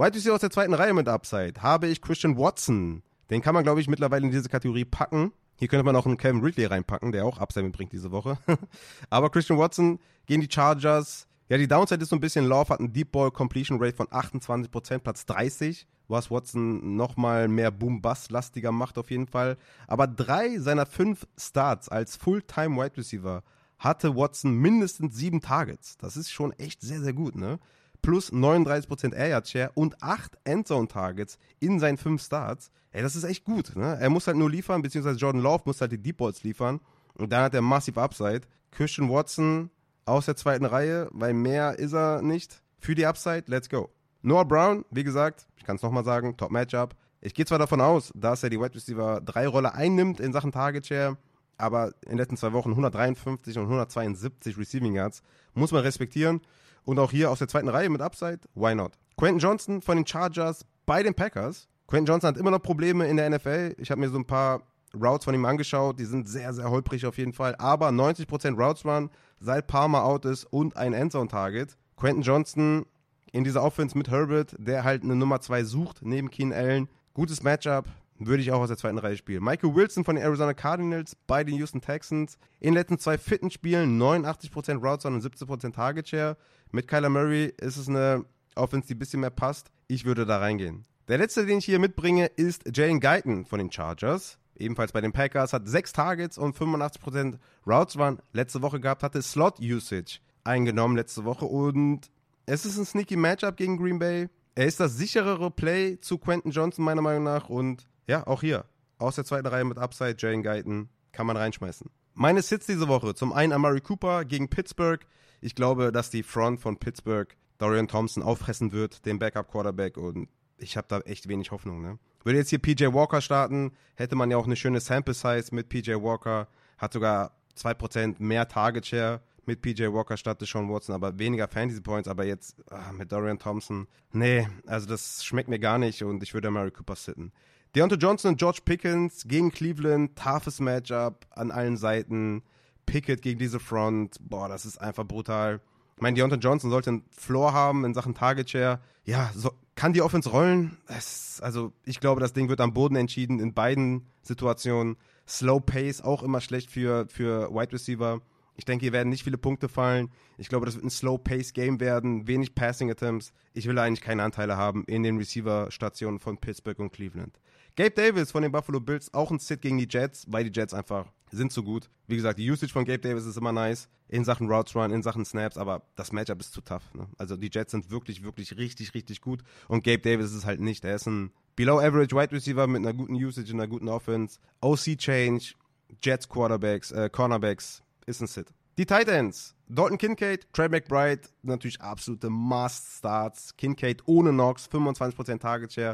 Wide Receiver aus der zweiten Reihe mit Upside habe ich Christian Watson. Den kann man, glaube ich, mittlerweile in diese Kategorie packen. Hier könnte man auch einen Calvin Ridley reinpacken, der auch Upside mitbringt diese Woche. Aber Christian Watson gegen die Chargers. Ja, die Downside ist so ein bisschen, Love hat einen Deep Ball Completion Rate von 28%, Platz 30, was Watson nochmal mehr Boom-Bust-lastiger macht auf jeden Fall. Aber 3 seiner 5 Starts als Fulltime Wide Receiver hatte Watson mindestens 7 Targets. Das ist schon echt sehr, sehr gut, ne? Plus 39% Air Yard Share und 8 Endzone Targets in seinen 5 Starts. Ey, das ist echt gut, ne? Er muss halt nur liefern, beziehungsweise Jordan Love muss halt die Deep Balls liefern. Und dann hat er massiv Upside. Christian Watson aus der zweiten Reihe, weil mehr ist er nicht. Für die Upside, let's go. Noah Brown, wie gesagt, ich kann es nochmal sagen, Top Matchup. Ich gehe zwar davon aus, dass er die Wide Receiver 3 Rolle einnimmt in Sachen Target Share, aber in den letzten 2 Wochen 153 und 172 Receiving Yards muss man respektieren. Und auch hier aus der zweiten Reihe mit Upside, why not? Quentin Johnson von den Chargers bei den Packers. Quentin Johnson hat immer noch Probleme in der NFL. Ich habe mir so ein paar Routes von ihm angeschaut, die sind sehr, sehr holprig auf jeden Fall. Aber 90% Routes Run, seit Palmer out ist und ein Endzone-Target. Quentin Johnson in dieser Offense mit Herbert, der halt eine Nummer 2 sucht, neben Keenan Allen. Gutes Matchup, würde ich auch aus der zweiten Reihe spielen. Michael Wilson von den Arizona Cardinals bei den Houston Texans. In den letzten 2 Fitness-Spielen 89% Routes Run und 17% Target Share. Mit Kyler Murray ist es eine Offense, die ein bisschen mehr passt. Ich würde da reingehen. Der letzte, den ich hier mitbringe, ist Jalen Guyton von den Chargers. Ebenfalls bei den Packers, hat 6 Targets und 85% Routes Run letzte Woche gehabt, hatte Slot-Usage eingenommen letzte Woche und es ist ein sneaky Matchup gegen Green Bay. Er ist das sicherere Play zu Quentin Johnson meiner Meinung nach und ja, auch hier aus der zweiten Reihe mit Upside, Jalen Guyton kann man reinschmeißen. Meine Sits diese Woche, zum einen Amari Cooper gegen Pittsburgh. Ich glaube, dass die Front von Pittsburgh Dorian Thompson auffressen wird, den Backup-Quarterback und ich habe da echt wenig Hoffnung, ne? Würde jetzt hier PJ Walker starten, hätte man ja auch eine schöne Sample-Size mit PJ Walker, hat sogar 2% mehr Target-Share mit PJ Walker statt Deshaun Watson, aber weniger Fantasy-Points, aber jetzt mit Dorian Thompson, nee, also das schmeckt mir gar nicht und ich würde Amari Cooper sitten. Deontay Johnson und George Pickens gegen Cleveland, toughes Matchup an allen Seiten, Pickett gegen diese Front, boah, das ist einfach brutal. Ich meine, Deontay Johnson sollte einen Floor haben in Sachen Target Share. Ja, kann die Offense rollen? Also ich glaube, das Ding wird am Boden entschieden in beiden Situationen. Slow Pace auch immer schlecht für Wide Receiver. Ich denke, hier werden nicht viele Punkte fallen. Ich glaube, das wird ein Slow Pace Game werden, wenig Passing Attempts. Ich will eigentlich keine Anteile haben in den Receiver-Stationen von Pittsburgh und Cleveland. Gabe Davis von den Buffalo Bills, auch ein Sit gegen die Jets, weil die Jets einfach sind so gut. Wie gesagt, die Usage von Gabe Davis ist immer nice, in Sachen Routes Run, in Sachen Snaps, aber das Matchup ist zu tough. Ne? Also die Jets sind wirklich, wirklich richtig, richtig gut und Gabe Davis ist es halt nicht. Er ist ein Below-Average Wide Receiver mit einer guten Usage, in einer guten Offense. OC-Change, Jets Quarterbacks, Cornerbacks, ist ein Sit. Die Titans, Dalton Kincaid, Trey McBride, natürlich absolute Must-Starts. Kincaid ohne Knox, 25% Target Share,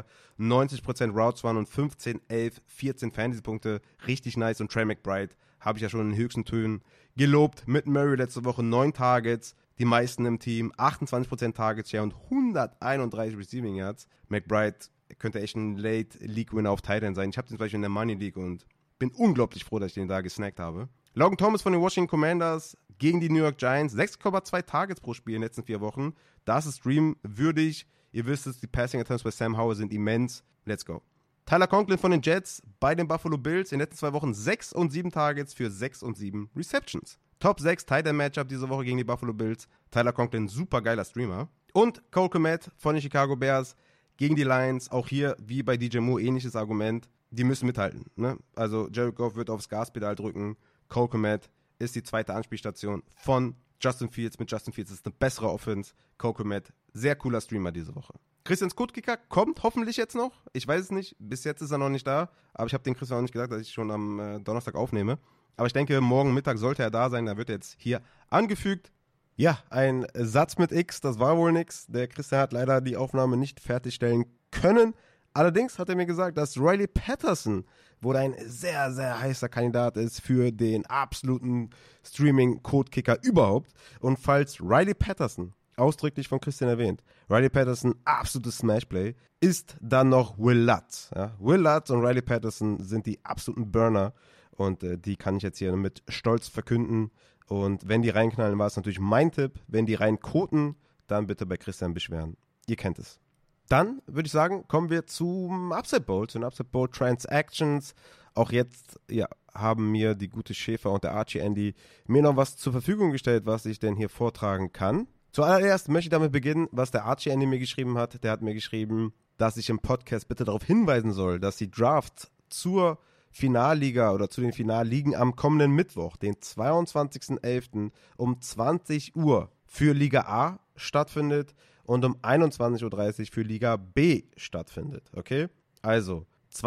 90% Routes Run und 15, 11, 14 Fantasy-Punkte. Richtig nice. Und Trey McBride habe ich ja schon in den höchsten Tönen gelobt. Mit Murray letzte Woche 9 Targets, die meisten im Team, 28% Target Share und 131 Receiving Yards. McBride könnte echt ein Late-League-Winner auf Titan sein. Ich habe den zum Beispiel in der Money League und bin unglaublich froh, dass ich den da gesnackt habe. Logan Thomas von den Washington Commanders gegen die New York Giants. 6,2 Targets pro Spiel in den letzten 4 Wochen. Das ist streamwürdig. Ihr wisst es, die Passing Attempts bei Sam Howell sind immens. Let's go. Tyler Conklin von den Jets bei den Buffalo Bills. In den letzten 2 Wochen 6 und 7 Targets für 6 und 7 Receptions. Top 6 Tight End Matchup diese Woche gegen die Buffalo Bills. Tyler Conklin, super geiler Streamer. Und Cole Kmet von den Chicago Bears gegen die Lions. Auch hier, wie bei DJ Moore, ähnliches Argument. Die müssen mithalten. Ne? Also Jared Goff wird aufs Gaspedal drücken. Cole Kmet ist die zweite Anspielstation von Justin Fields. Mit Justin Fields ist eine bessere Offense. Cole Kmet, sehr cooler Streamer diese Woche. Christian Skutkicker kommt hoffentlich jetzt noch. Ich weiß es nicht. Bis jetzt ist er noch nicht da. Aber ich habe den Christian auch nicht gesagt, dass ich schon am Donnerstag aufnehme. Aber ich denke, morgen Mittag sollte er da sein. Da wird er jetzt hier angefügt. Ja, ein Satz mit X, das war wohl nix. Der Christian hat leider die Aufnahme nicht fertigstellen können. Allerdings hat er mir gesagt, dass Riley Patterson wohl ein sehr, sehr heißer Kandidat ist für den absoluten Streaming-Code-Kicker überhaupt. Und falls Riley Patterson, ausdrücklich von Christian erwähnt, Riley Patterson, absolutes Smashplay, ist dann noch Will Lutz. Ja? Will Lutz und Riley Patterson sind die absoluten Burner und die kann ich jetzt hier mit Stolz verkünden. Und wenn die reinknallen, war es natürlich mein Tipp. Wenn die reinkoten, dann bitte bei Christian beschweren. Ihr kennt es. Dann würde ich sagen, kommen wir zum Upset Bowl, zu den Upset Bowl Transactions. Auch jetzt haben mir die gute Schäfer und der Archie Andy mir noch was zur Verfügung gestellt, was ich denn hier vortragen kann. Zuallererst möchte ich damit beginnen, was der Archie Andy mir geschrieben hat. Der hat mir geschrieben, dass ich im Podcast bitte darauf hinweisen soll, dass die Draft zur Finalliga oder zu den Finalligen am kommenden Mittwoch, den 22.11. um 20 Uhr für Liga A stattfindet und um 21.30 Uhr für Liga B stattfindet. Okay? Also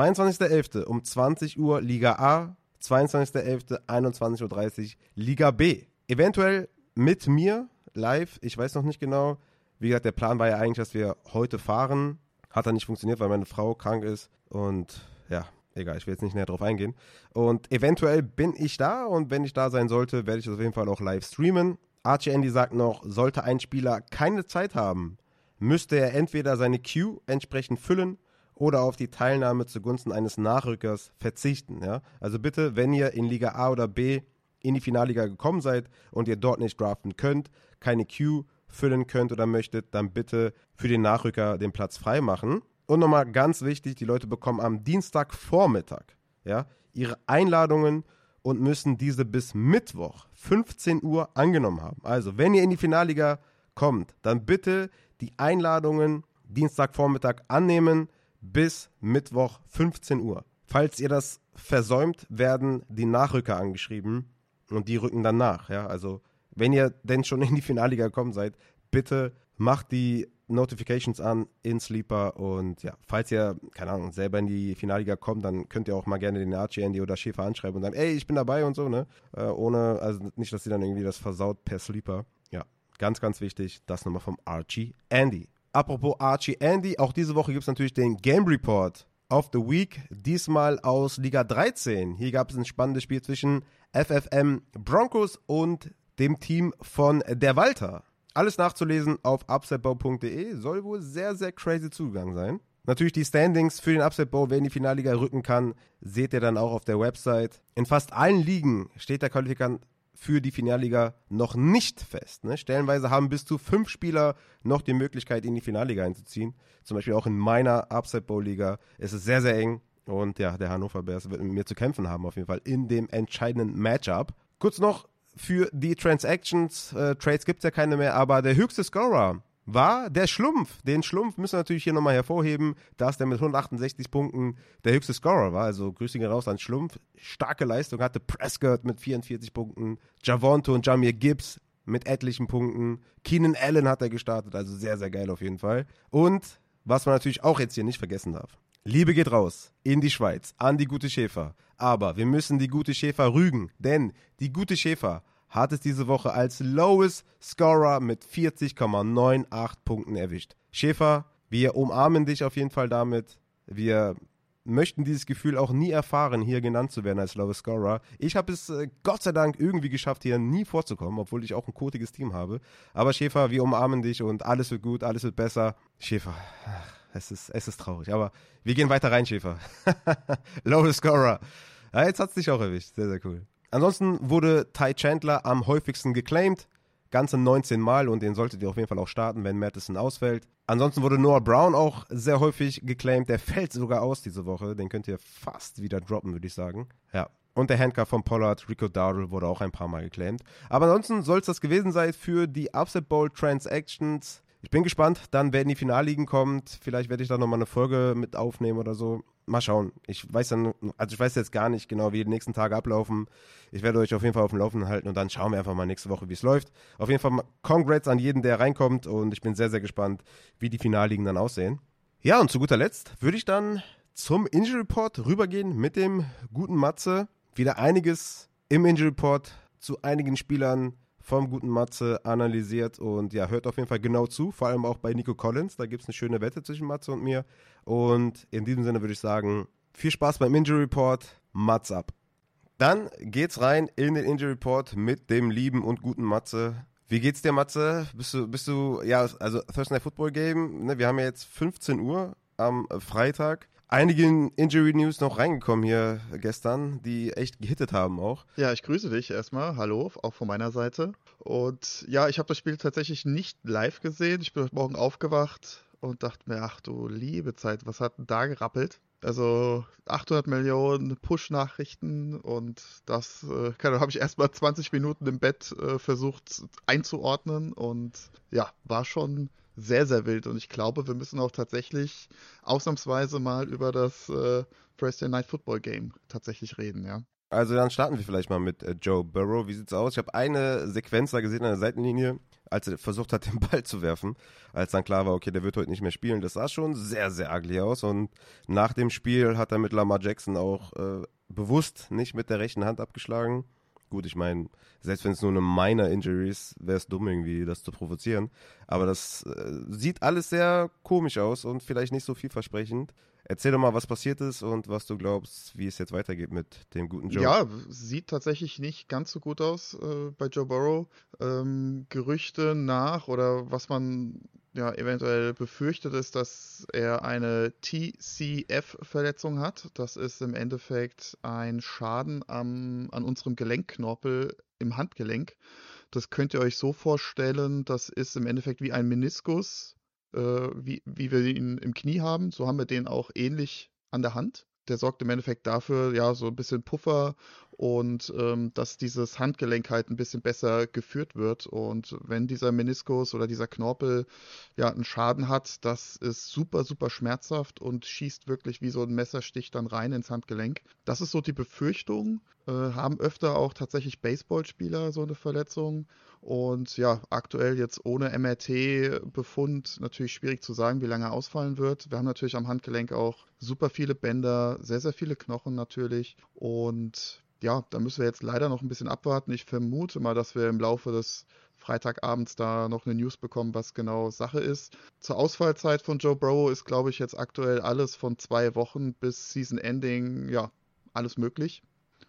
22.11. um 20 Uhr Liga A, 22.11. 21.30 Uhr Liga B. Eventuell mit mir live, ich weiß noch nicht genau. Wie gesagt, der Plan war ja eigentlich, dass wir heute fahren. Hat dann nicht funktioniert, weil meine Frau krank ist. Und ja, egal, ich will jetzt nicht näher drauf eingehen. Und eventuell bin ich da und wenn ich da sein sollte, werde ich das auf jeden Fall auch live streamen. Archie Andy sagt noch, sollte ein Spieler keine Zeit haben, müsste er entweder seine Queue entsprechend füllen oder auf die Teilnahme zugunsten eines Nachrückers verzichten. Ja? Also bitte, wenn ihr in Liga A oder B in die Finalliga gekommen seid und ihr dort nicht draften könnt, keine Queue füllen könnt oder möchtet, dann bitte für den Nachrücker den Platz frei machen. Und nochmal ganz wichtig, die Leute bekommen am Dienstagvormittag ihre Einladungen und müssen diese bis Mittwoch 15 Uhr angenommen haben. Also, wenn ihr in die Finalliga kommt, dann bitte die Einladungen Dienstagvormittag annehmen bis Mittwoch 15 Uhr. Falls ihr das versäumt, werden die Nachrücker angeschrieben und die rücken dann nach. Ja? Also, wenn ihr denn schon in die Finalliga gekommen seid, bitte macht die Notifications an in Sleeper und ja, falls ihr, keine Ahnung, selber in die Finalliga kommt, dann könnt ihr auch mal gerne den Archie Andy oder Schäfer anschreiben und sagen, ey, ich bin dabei und so, ne? Also nicht, dass ihr dann irgendwie das versaut per Sleeper. Ja, ganz, ganz wichtig, das nochmal vom Archie Andy. Apropos Archie Andy, auch diese Woche gibt es natürlich den Game Report of the Week, diesmal aus Liga 13. Hier gab es ein spannendes Spiel zwischen FFM Broncos und dem Team von der Walter. Alles nachzulesen auf upsetbowl.de, soll wohl sehr, sehr crazy zugegangen sein. Natürlich die Standings für den Upset Bowl, wer in die Finalliga rücken kann, seht ihr dann auch auf der Website. In fast allen Ligen steht der Qualifikant für die Finalliga noch nicht fest. Ne? Stellenweise haben bis zu 5 Spieler noch die Möglichkeit, in die Finalliga einzuziehen. Zum Beispiel auch in meiner Upset Bowl Liga ist es sehr, sehr eng. Und ja, der Hannover Bears wird mit mir zu kämpfen haben, auf jeden Fall in dem entscheidenden Matchup. Kurz noch für die Transactions, Trades gibt es ja keine mehr, aber der höchste Scorer war der Schlumpf. Den Schlumpf müssen wir natürlich hier nochmal hervorheben, dass der mit 168 Punkten der höchste Scorer war. Also Grüße gehen raus an Schlumpf. Starke Leistung hatte Prescott mit 44 Punkten, Javonte und Jahmyr Gibbs mit etlichen Punkten. Keenan Allen hat er gestartet, also sehr, sehr geil auf jeden Fall. Und was man natürlich auch jetzt hier nicht vergessen darf. Liebe geht raus in die Schweiz, an die gute Schäfer. Aber wir müssen die gute Schäfer rügen, denn die gute Schäfer hat es diese Woche als Lowest Scorer mit 40,98 Punkten erwischt. Schäfer, wir umarmen dich auf jeden Fall damit. Wir möchten dieses Gefühl auch nie erfahren, hier genannt zu werden als Lowest Scorer. Ich habe es Gott sei Dank irgendwie geschafft, hier nie vorzukommen, obwohl ich auch ein kotiges Team habe. Aber Schäfer, wir umarmen dich und alles wird gut, alles wird besser. Schäfer, es ist traurig, aber wir gehen weiter rein, Schäfer. Lowest Scorer. Ja, jetzt hat es dich auch erwischt. Sehr, sehr cool. Ansonsten wurde Ty Chandler am häufigsten geclaimed. Ganze 19 Mal und den solltet ihr auf jeden Fall auch starten, wenn Mattison ausfällt. Ansonsten wurde Noah Brown auch sehr häufig geclaimed. Der fällt sogar aus diese Woche. Den könnt ihr fast wieder droppen, würde ich sagen. Ja. Und der Handcuff von Pollard, Rico Dowdle, wurde auch ein paar Mal geclaimed. Aber ansonsten soll es das gewesen sein für die Upset Bowl Transactions. Ich bin gespannt, dann wer in die Finalligen kommt. Vielleicht werde ich da nochmal eine Folge mit aufnehmen oder so. Mal schauen. Ich weiß jetzt gar nicht genau, wie die nächsten Tage ablaufen. Ich werde euch auf jeden Fall auf dem Laufenden halten und dann schauen wir einfach mal nächste Woche, wie es läuft. Auf jeden Fall Congrats an jeden, der reinkommt und ich bin sehr, sehr gespannt, wie die Finalligen dann aussehen. Ja, und zu guter Letzt würde ich dann zum Injury Report rübergehen mit dem guten Matze. Wieder einiges im Injury Report zu einigen Spielern vom guten Matze analysiert und ja, hört auf jeden Fall genau zu, vor allem auch bei Nico Collins, da gibt es eine schöne Wette zwischen Matze und mir und in diesem Sinne würde ich sagen, viel Spaß beim Injury Report, Matze ab. Dann geht's rein in den Injury Report mit dem lieben und guten Matze. Wie geht's dir, Matze? Bist du, ja, also Thursday Night Football Game, ne, wir haben ja jetzt 15 Uhr am Freitag. Einige Injury News noch reingekommen hier gestern, die echt gehittet haben auch. Ja, ich grüße dich erstmal. Hallo, auch von meiner Seite. Und ja, ich habe das Spiel tatsächlich nicht live gesehen. Ich bin heute Morgen aufgewacht und dachte mir, ach du liebe Zeit, was hat denn da gerappelt? Also 800 Millionen Push-Nachrichten und das habe ich erst mal 20 Minuten im Bett versucht einzuordnen und ja, war schon sehr, sehr wild und ich glaube, wir müssen auch tatsächlich ausnahmsweise mal über das Thursday Night Football Game tatsächlich reden, ja. Also dann starten wir vielleicht mal mit Joe Burrow. Wie sieht's aus? Ich habe eine Sequenz da gesehen an der Seitenlinie, als er versucht hat, den Ball zu werfen. Als dann klar war, okay, der wird heute nicht mehr spielen. Das sah schon sehr, sehr ugly aus. Und nach dem Spiel hat er mit Lamar Jackson auch bewusst nicht mit der rechten Hand abgeschlagen. Gut, ich meine, selbst wenn es nur eine Minor Injury ist, wäre es dumm irgendwie, das zu provozieren. Aber das sieht alles sehr komisch aus und vielleicht nicht so vielversprechend. Erzähl doch mal, was passiert ist und was du glaubst, wie es jetzt weitergeht mit dem guten Joe. Ja, sieht tatsächlich nicht ganz so gut aus bei Joe Burrow. Gerüchte nach oder was man ja eventuell befürchtet ist, dass er eine TCF-Verletzung hat. Das ist im Endeffekt ein Schaden an unserem Gelenkknorpel im Handgelenk. Das könnt ihr euch so vorstellen, das ist im Endeffekt wie ein Meniskus, wie wir ihn im Knie haben. So haben wir den auch ähnlich an der Hand. Der sorgt im Endeffekt dafür, ja, so ein bisschen Puffer und dass dieses Handgelenk halt ein bisschen besser geführt wird. Und wenn dieser Meniskus oder dieser Knorpel ja einen Schaden hat, das ist super, super schmerzhaft und schießt wirklich wie so ein Messerstich dann rein ins Handgelenk. Das ist so die Befürchtung. Haben öfter auch tatsächlich Baseballspieler so eine Verletzung. Und ja, aktuell jetzt ohne MRT-Befund natürlich schwierig zu sagen, wie lange er ausfallen wird. Wir haben natürlich am Handgelenk auch super viele Bänder, sehr, sehr viele Knochen natürlich. Und ja, da müssen wir jetzt leider noch ein bisschen abwarten. Ich vermute mal, dass wir im Laufe des Freitagabends da noch eine News bekommen, was genau Sache ist. Zur Ausfallzeit von Joe Burrow ist, glaube ich, jetzt aktuell alles von 2 Wochen bis Season Ending, ja, alles möglich.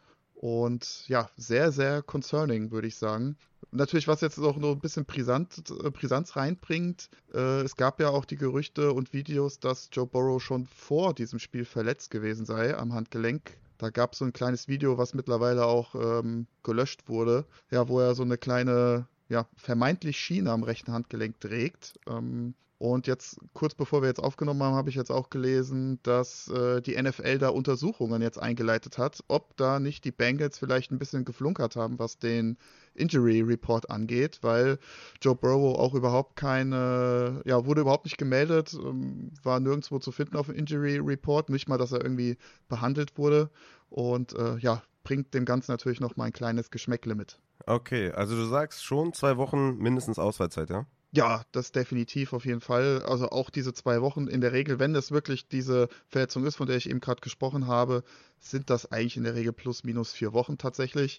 Und ja, sehr, sehr concerning, würde ich sagen. Natürlich, was jetzt auch noch ein bisschen Brisanz reinbringt, es gab ja auch die Gerüchte und Videos, dass Joe Burrow schon vor diesem Spiel verletzt gewesen sei am Handgelenk. Da gab es so ein kleines Video, was mittlerweile auch gelöscht wurde, ja, wo er so eine kleine, ja, vermeintlich Schiene am rechten Handgelenk trägt. Und jetzt, kurz bevor wir jetzt aufgenommen haben, habe ich jetzt auch gelesen, dass die NFL da Untersuchungen jetzt eingeleitet hat, ob da nicht die Bengals vielleicht ein bisschen geflunkert haben, was den Injury Report angeht, weil Joe Burrow auch überhaupt ja, wurde überhaupt nicht gemeldet, war nirgendwo zu finden auf dem Injury Report, nicht mal, dass er irgendwie behandelt wurde und ja, bringt dem Ganzen natürlich noch mal ein kleines Geschmäckle mit. Okay, also du sagst schon 2 Wochen mindestens Ausfallzeit, ja? Ja, das definitiv auf jeden Fall. Also auch diese 2 Wochen in der Regel, wenn das wirklich diese Verletzung ist, von der ich eben gerade gesprochen habe, sind das eigentlich in der Regel plus minus 4 Wochen tatsächlich.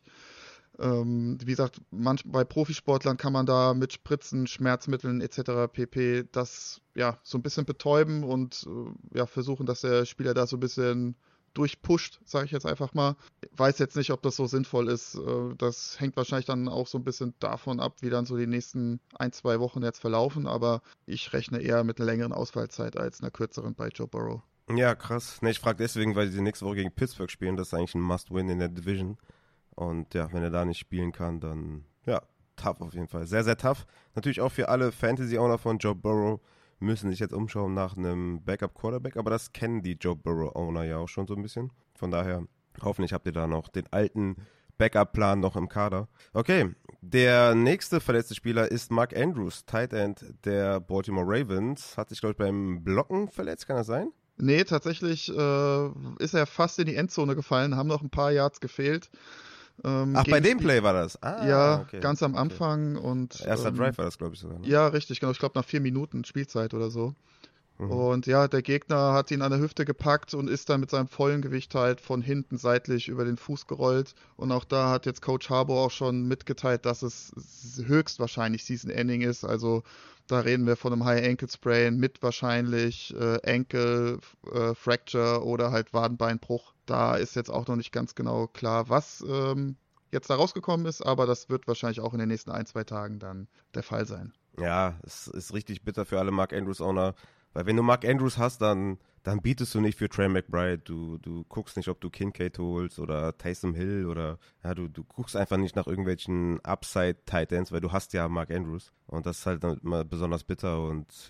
Wie gesagt, bei Profisportlern kann man da mit Spritzen, Schmerzmitteln etc. pp. Das ja so ein bisschen betäuben und ja versuchen, dass der Spieler da so ein bisschen durchpusht, sage ich jetzt einfach mal. Weiß jetzt nicht, ob das so sinnvoll ist. Das hängt wahrscheinlich dann auch so ein bisschen davon ab, wie dann so die nächsten 1, 2 Wochen jetzt verlaufen, aber ich rechne eher mit einer längeren Ausfallzeit als einer kürzeren bei Joe Burrow. Ja, krass. Ne, ich frage deswegen, weil sie nächste Woche gegen Pittsburgh spielen. Das ist eigentlich ein Must-Win in der Division. Und ja, wenn er da nicht spielen kann, dann ja, tough auf jeden Fall. Sehr, sehr tough. Natürlich auch für alle Fantasy-Owner von Joe Burrow müssen sich jetzt umschauen nach einem Backup-Quarterback, aber das kennen die Joe Burrow-Owner ja auch schon so ein bisschen. Von daher, hoffentlich habt ihr da noch den alten Backup-Plan noch im Kader. Okay, der nächste verletzte Spieler ist Mark Andrews, Tight End der Baltimore Ravens. Hat sich, glaube ich, beim Blocken verletzt, kann das sein? Nee, tatsächlich ist er fast in die Endzone gefallen, haben noch ein paar Yards gefehlt. Ach, bei dem Play war das? Ah, Ja, okay. ganz am Okay. Anfang und Erster Drive war das, glaube ich, sogar, ne? ja, richtig, genau. Ich glaube nach 4 Minuten Spielzeit oder so. Mhm. Und ja, der Gegner hat ihn an der Hüfte gepackt und ist dann mit seinem vollen Gewicht halt von hinten seitlich über den Fuß gerollt. Und auch da hat jetzt Coach Harbaugh auch schon mitgeteilt, dass es höchstwahrscheinlich Season Ending ist. Also da reden wir von einem High Ankle Sprain mit wahrscheinlich Ankle Fracture oder halt Wadenbeinbruch. Da ist jetzt auch noch nicht ganz genau klar, was jetzt da rausgekommen ist, aber das wird wahrscheinlich auch in den nächsten 1, 2 Tagen dann der Fall sein. Ja, es ist richtig bitter für alle Mark Andrews-Owner, weil wenn du Mark Andrews hast, dann bietest du nicht für Trey McBride, du guckst nicht, ob du Kincaid holst oder Taysom Hill oder ja, du guckst einfach nicht nach irgendwelchen Upside-Tight Ends, weil du hast ja Mark Andrews und das ist halt dann immer besonders bitter und ja,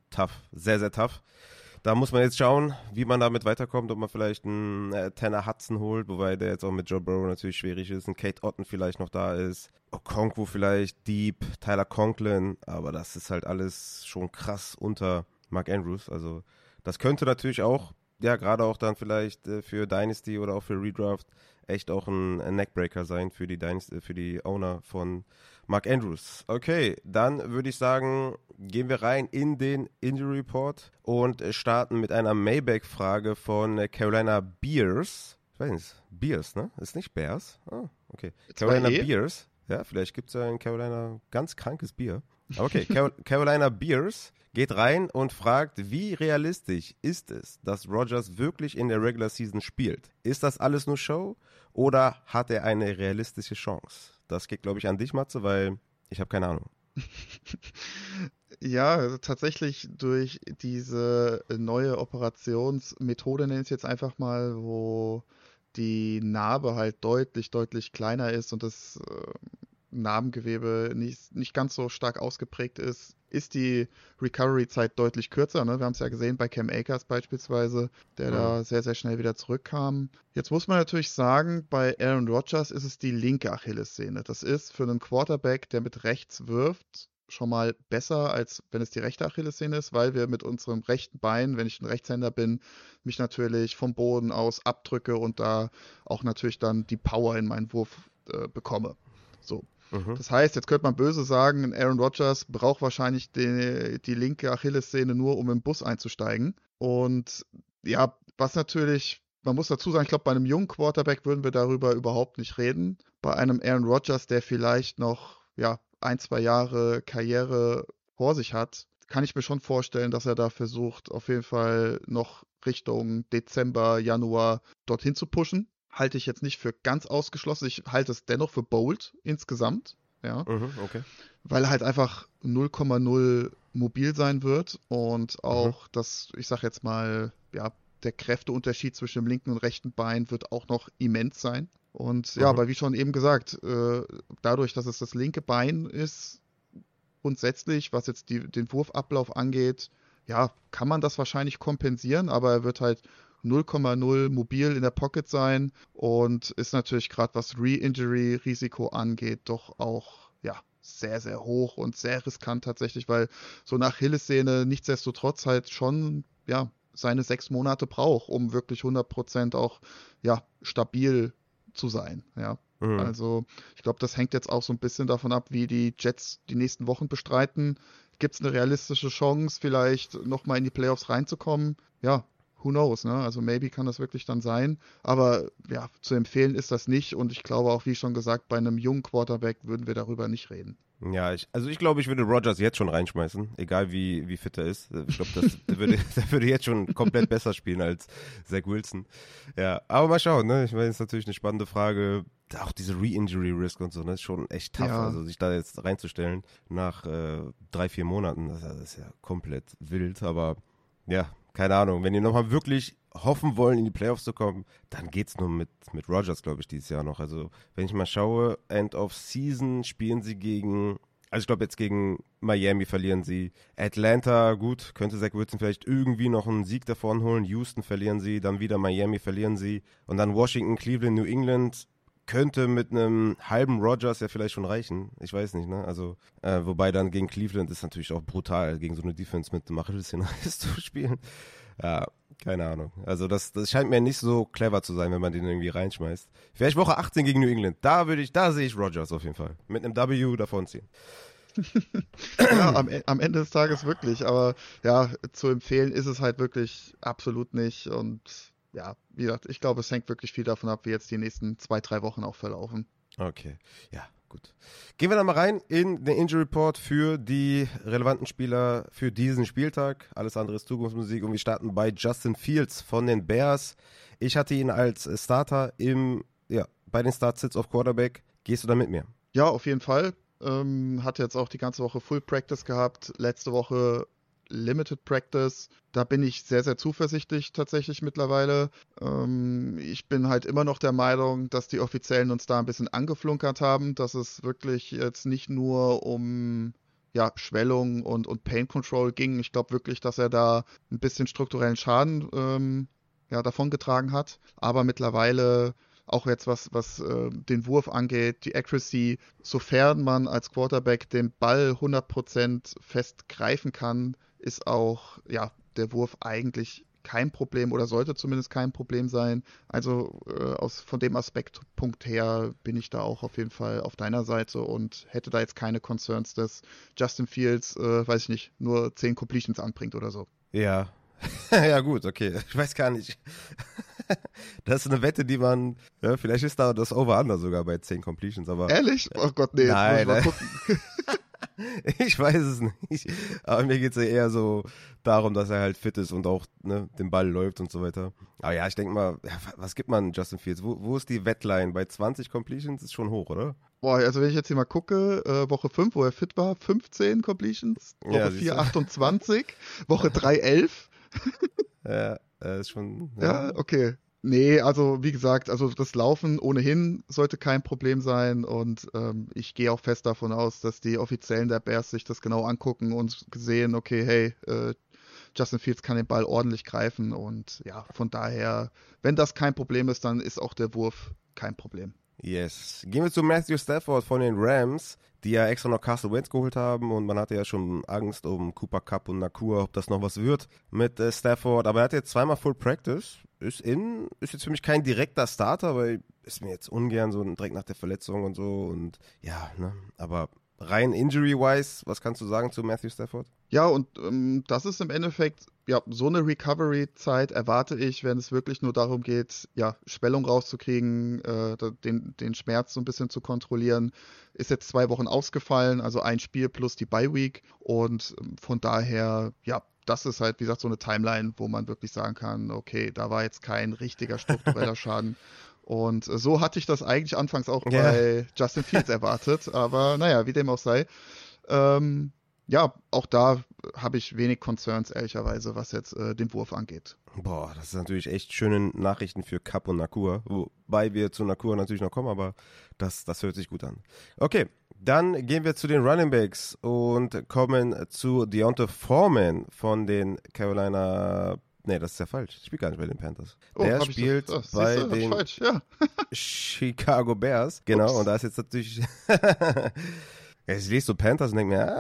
tough, sehr, sehr tough. Da muss man jetzt schauen, wie man damit weiterkommt, ob man vielleicht einen Tanner Hudson holt, wobei der jetzt auch mit Joe Burrow natürlich schwierig ist, ein Kate Otten vielleicht noch da ist, Okonkwo vielleicht, Deep, Tyler Conklin, aber das ist halt alles schon krass unter Mark Andrews, also das könnte natürlich auch, ja, gerade auch dann vielleicht für Dynasty oder auch für Redraft echt auch ein Neckbreaker sein für die Dynasty, für die Owner von Mark Andrews. Okay, dann würde ich sagen, gehen wir rein in den Injury Report und starten mit einer Mailback-Frage von Carolina Bears. Ich weiß nicht, Bears, ne? Ist nicht Bears? Ah, okay. Carolina Bears. Ja, vielleicht gibt es ja in Carolina ganz krankes Bier. Aber okay, Carolina Bears geht rein und fragt, wie realistisch ist es, dass Rodgers wirklich in der Regular Season spielt? Ist das alles nur Show oder hat er eine realistische Chance? Das geht, glaube ich, an dich, Matze, weil ich habe keine Ahnung. Ja, also tatsächlich durch diese neue Operationsmethode, nenne ich es jetzt einfach mal, wo die Narbe halt deutlich, deutlich kleiner ist und das Narbengewebe nicht ganz so stark ausgeprägt ist, ist die Recovery-Zeit deutlich kürzer. Ne? Wir haben es ja gesehen bei Cam Akers beispielsweise, der da sehr, sehr schnell wieder zurückkam. Jetzt muss man natürlich sagen, bei Aaron Rodgers ist es die linke Achillessehne. Das ist für einen Quarterback, der mit rechts wirft, schon mal besser, als wenn es die rechte Achillessehne ist, weil wir mit unserem rechten Bein, wenn ich ein Rechtshänder bin, mich natürlich vom Boden aus abdrücke und da auch natürlich dann die Power in meinen Wurf bekomme. So. Das heißt, jetzt könnte man böse sagen, Aaron Rodgers braucht wahrscheinlich die linke Achillessehne nur, um im Bus einzusteigen. Und ja, was natürlich, man muss dazu sagen, ich glaube, bei einem jungen Quarterback würden wir darüber überhaupt nicht reden. Bei einem Aaron Rodgers, der vielleicht noch, ja, 1, 2 Jahre Karriere vor sich hat, kann ich mir schon vorstellen, dass er da versucht, auf jeden Fall noch Richtung Dezember, Januar dorthin zu pushen. Halte ich jetzt nicht für ganz ausgeschlossen. Ich halte es dennoch für bold insgesamt. Ja. Okay. Weil er halt einfach 0,0 mobil sein wird und auch das, ich sag jetzt mal, ja, der Kräfteunterschied zwischen dem linken und rechten Bein wird auch noch immens sein. Und ja, aber wie schon eben gesagt, dadurch, dass es das linke Bein ist, grundsätzlich, was jetzt den Wurfablauf angeht, ja, kann man das wahrscheinlich kompensieren, aber er wird halt 0,0 mobil in der Pocket sein und ist natürlich gerade was Re-Injury-Risiko angeht, doch auch, ja, sehr, sehr hoch und sehr riskant tatsächlich, weil so eine Achillessehne nichtsdestotrotz halt schon, ja, seine 6 Monate braucht, um wirklich 100% auch, ja, stabil zu sein, ja. Also ich glaube, das hängt jetzt auch so ein bisschen davon ab, wie die Jets die nächsten Wochen bestreiten. Gibt es eine realistische Chance, vielleicht nochmal in die Playoffs reinzukommen? Ja, who knows, ne? Also maybe kann das wirklich dann sein. Aber ja, zu empfehlen ist das nicht. Und ich glaube auch, wie schon gesagt, bei einem jungen Quarterback würden wir darüber nicht reden. Ja, ich glaube, ich würde Rodgers jetzt schon reinschmeißen, egal wie fit er ist. Ich glaube, der würde jetzt schon komplett besser spielen als Zach Wilson. Ja, aber mal schauen, ne? Ich meine, das ist natürlich eine spannende Frage. Auch diese Re-Injury-Risk und so, ne? Ist schon echt tough, Ja. also sich da jetzt reinzustellen nach 3, 4 Monaten. Das ist ja komplett wild, aber ja, keine Ahnung. Wenn die nochmal wirklich hoffen wollen, in die Playoffs zu kommen, dann geht's nur mit Rodgers, glaube ich, dieses Jahr noch. Also, wenn ich mal schaue, End of Season spielen sie gegen, also ich glaube jetzt gegen Miami verlieren sie. Atlanta, gut, könnte Zach Wilson vielleicht irgendwie noch einen Sieg davon holen. Houston verlieren sie, dann wieder Miami verlieren sie. Und dann Washington, Cleveland, New England könnte mit einem halben Rodgers ja vielleicht schon reichen. Ich weiß nicht, ne? Also, wobei dann gegen Cleveland ist natürlich auch brutal, gegen so eine Defense mit dem Achillessehnen zu spielen. Ja, keine Ahnung. Also das scheint mir nicht so clever zu sein, wenn man den irgendwie reinschmeißt. Vielleicht Woche 18 gegen New England. Da sehe ich Rodgers auf jeden Fall. Mit einem W davonziehen. Ja, am Ende des Tages wirklich. Aber ja, zu empfehlen ist es halt wirklich absolut nicht. Und ja, wie gesagt, ich glaube, es hängt wirklich viel davon ab, wie jetzt die nächsten 2, 3 Wochen auch verlaufen. Okay, ja, gut. Gehen wir dann mal rein in den Injury Report für die relevanten Spieler für diesen Spieltag. Alles andere ist Zukunftsmusik und wir starten bei Justin Fields von den Bears. Ich hatte ihn als Starter bei den Start-Sits auf Quarterback. Gehst du da mit mir? Ja, auf jeden Fall. Hat jetzt auch die ganze Woche Full Practice gehabt. Letzte Woche Limited Practice. Da bin ich sehr, sehr zuversichtlich tatsächlich mittlerweile. Ich bin halt immer noch der Meinung, dass die Offiziellen uns da ein bisschen angeflunkert haben, dass es wirklich jetzt nicht nur um ja, Schwellung und Pain Control ging. Ich glaube wirklich, dass er da ein bisschen strukturellen Schaden ja, davongetragen hat. Aber mittlerweile auch jetzt was den Wurf angeht, die Accuracy, sofern man als Quarterback den Ball 100% fest greifen kann, ist auch ja, der Wurf eigentlich kein Problem oder sollte zumindest kein Problem sein. Also von dem Aspektpunkt her bin ich da auch auf jeden Fall auf deiner Seite und hätte da jetzt keine Concerns, dass Justin Fields, weiß ich nicht, nur 10 Completions anbringt oder so. Ja. Ja, gut, okay. Ich weiß gar nicht. Das ist eine Wette, die man, ja, vielleicht ist da das Over-Under sogar bei 10 Completions, aber Ehrlich? Oh Gott, nee, jetzt muss ich nein, mal nein. gucken. Ich weiß es nicht. Aber mir geht es ja eher so darum, dass er halt fit ist und auch ne, den Ball läuft und so weiter. Aber ja, ich denke mal, ja, was gibt man Justin Fields? Wo ist die Wettline? Bei 20 Completions ist schon hoch, oder? Boah, also wenn ich jetzt hier mal gucke, Woche 5, wo er fit war, 15 Completions, Ja, Woche siehst 4, du? 28, Woche 3, 11. Ja, ist schon, ja. Ja, okay. Nee, also wie gesagt, also das Laufen ohnehin sollte kein Problem sein und ich gehe auch fest davon aus, dass die Offiziellen der Bears sich das genau angucken und sehen, okay, hey, Justin Fields kann den Ball ordentlich greifen und ja, von daher, wenn das kein Problem ist, dann ist auch der Wurf kein Problem. Yes. Gehen wir zu Matthew Stafford von den Rams, die ja extra noch Carson Wentz geholt haben und man hatte ja schon Angst um Cooper Kupp und Nakua, ob das noch was wird mit Stafford, aber er hat jetzt zweimal Full Practice, ist jetzt für mich kein direkter Starter, weil ist mir jetzt ungern so direkt nach der Verletzung und so und ja, ne, aber rein injury-wise, was kannst du sagen zu Matthew Stafford? Ja, und das ist im Endeffekt, ja, so eine Recovery-Zeit erwarte ich, wenn es wirklich nur darum geht, ja, Schwellung rauszukriegen, den Schmerz so ein bisschen zu kontrollieren. Ist jetzt 2 Wochen ausgefallen, also ein Spiel plus die Bye-Week. Und von daher, ja, das ist halt, wie gesagt, so eine Timeline, wo man wirklich sagen kann, okay, da war jetzt kein richtiger struktureller Schaden. Und so hatte ich das eigentlich anfangs auch Ja. bei Justin Fields erwartet, aber naja, wie dem auch sei. Ähm, ja, auch da habe ich wenig Concerns, ehrlicherweise, was jetzt den Wurf angeht. Boah, das ist natürlich echt schöne Nachrichten für Cup und Nakua, wobei wir zu Nakua natürlich noch kommen, aber das hört sich gut an. Okay, dann gehen wir zu den Running Backs und kommen zu Deonta Foreman von den Carolina. Nee, das ist ja falsch. Ich spiele gar nicht bei den Panthers. Oh, Der habe ich das? spielt Ah, siehst bei du, hab ich den falsch, ja. Chicago Bears. Genau, Ups. und da ist jetzt natürlich. Ja, ich lese so Panthers und denke mir,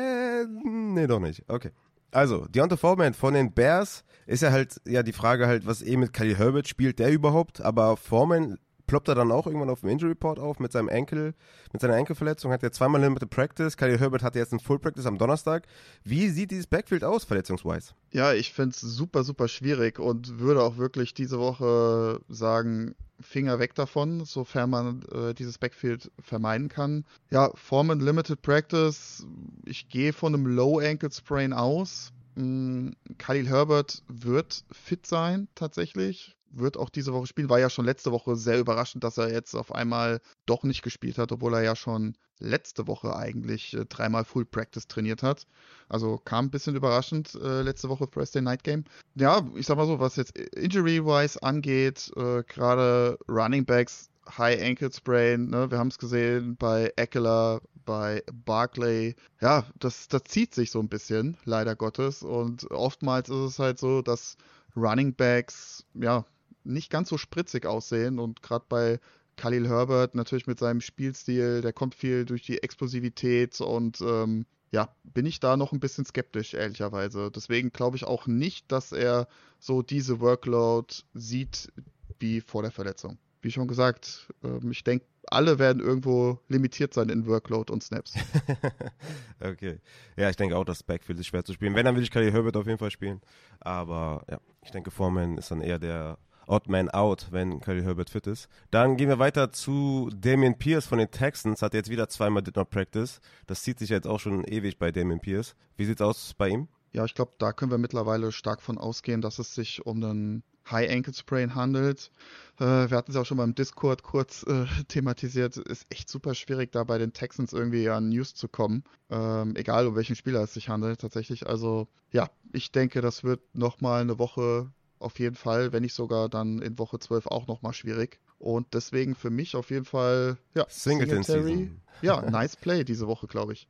nee, doch nicht. Okay. Also, Deonta Foreman von den Bears ist ja halt, ja, die Frage halt, was mit Khalil Herbert spielt der überhaupt? Aber Foreman ploppt er dann auch irgendwann auf dem Injury Report auf mit seinem mit seiner Enkelverletzung, hat er zweimal Limited Practice. Khalil Herbert hatte jetzt einen Full Practice am Donnerstag. Wie sieht dieses Backfield aus, verletzungsweise? Ja, ich finde es super, super schwierig und würde auch wirklich diese Woche sagen, Finger weg davon, sofern man dieses Backfield vermeiden kann. Ja, Foreman Limited Practice, ich gehe von einem Low Ankle Sprain aus. Khalil Herbert wird fit sein, tatsächlich. Wird auch diese Woche spielen. War ja schon letzte Woche sehr überraschend, dass er jetzt auf einmal doch nicht gespielt hat, obwohl er ja schon letzte Woche eigentlich 3-mal Full Practice trainiert hat. Also kam ein bisschen überraschend letzte Woche Thursday Night Game. Ja, ich sag mal so, was jetzt Injury-wise angeht, gerade Running Backs, High Ankle Sprain, ne, wir haben es gesehen bei Eckler, bei Barkley. Ja, das zieht sich so ein bisschen, leider Gottes. Und oftmals ist es halt so, dass Running Backs, ja, nicht ganz so spritzig aussehen und gerade bei Khalil Herbert natürlich mit seinem Spielstil, der kommt viel durch die Explosivität und ja, bin ich da noch ein bisschen skeptisch, ehrlicherweise. Deswegen glaube ich auch nicht, dass er so diese Workload sieht wie vor der Verletzung. Wie schon gesagt, ich denke, alle werden irgendwo limitiert sein in Workload und Snaps. Okay. Ja, ich denke auch, das Backfield ist schwer zu spielen. Wenn, dann will ich Khalil Herbert auf jeden Fall spielen. Aber ja, ich denke, Foreman ist dann eher der Odd Man Out, wenn Khalil Herbert fit ist. Dann gehen wir weiter zu Dameon Pierce von den Texans. Hat jetzt wieder zweimal Did Not Practice. Das zieht sich jetzt auch schon ewig bei Dameon Pierce. Wie sieht's aus bei ihm? Ja, ich glaube, da können wir mittlerweile stark von ausgehen, dass es sich um einen High Ankle Sprain handelt. Wir hatten es ja auch schon mal im Discord kurz thematisiert. Ist echt super schwierig, da bei den Texans irgendwie an News zu kommen. Egal, um welchen Spieler es sich handelt, tatsächlich. Also, ja, ich denke, das wird nochmal eine Woche auf jeden Fall, wenn nicht sogar dann in Woche 12 auch nochmal schwierig. Und deswegen für mich auf jeden Fall, ja, Singleton Singletary. Season. Ja, nice Play diese Woche, glaube ich.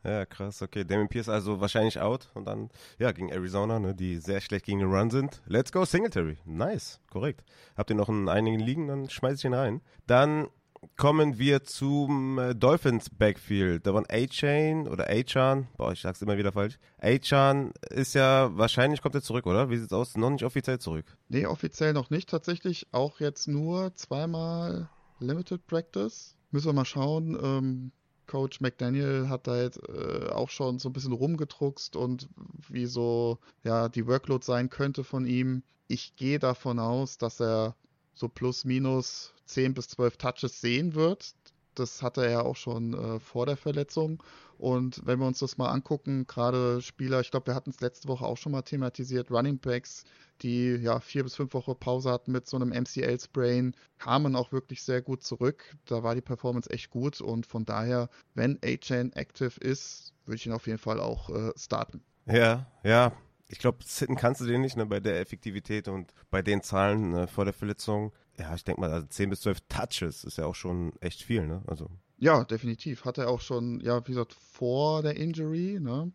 Ja, krass, okay. Damien Pierce also wahrscheinlich out und dann, ja, gegen Arizona, ne, die sehr schlecht gegen den Run sind. Let's go Singletary. Nice, korrekt. Habt ihr noch in einigen Ligen, dann schmeiß ich ihn rein. Dann kommen wir zum Dolphins Backfield. Da waren A-Chain oder A-Chan, boah, ich sag's immer wieder falsch. A-Chan ist ja, wahrscheinlich kommt er zurück, oder? Wie sieht's aus? Noch nicht offiziell zurück. Nee, offiziell noch nicht. Tatsächlich auch jetzt nur zweimal Limited Practice. Müssen wir mal schauen. Coach McDaniel hat da jetzt auch schon so ein bisschen rumgedruckst und wie so ja die Workload sein könnte von ihm. Ich gehe davon aus, dass er so plus minus 10 bis 12 Touches sehen wird. Das hatte er ja auch schon vor der Verletzung. Und wenn wir uns das mal angucken, gerade Spieler, ich glaube, wir hatten es letzte Woche auch schon mal thematisiert, Running Backs, die ja 4 bis 5 Wochen Pause hatten mit so einem MCL-Sprain, kamen auch wirklich sehr gut zurück. Da war die Performance echt gut und von daher, wenn A-Chain active ist, würde ich ihn auf jeden Fall auch starten. Ja, ja. Ich glaube, sitten kannst du den nicht, ne, bei der Effektivität und bei den Zahlen vor der Verletzung. Ja, ich denke mal, also 10 bis 12 Touches ist ja auch schon echt viel, ne? Also. Ja, definitiv. Hat er auch schon, ja, wie gesagt, vor der Injury, ne?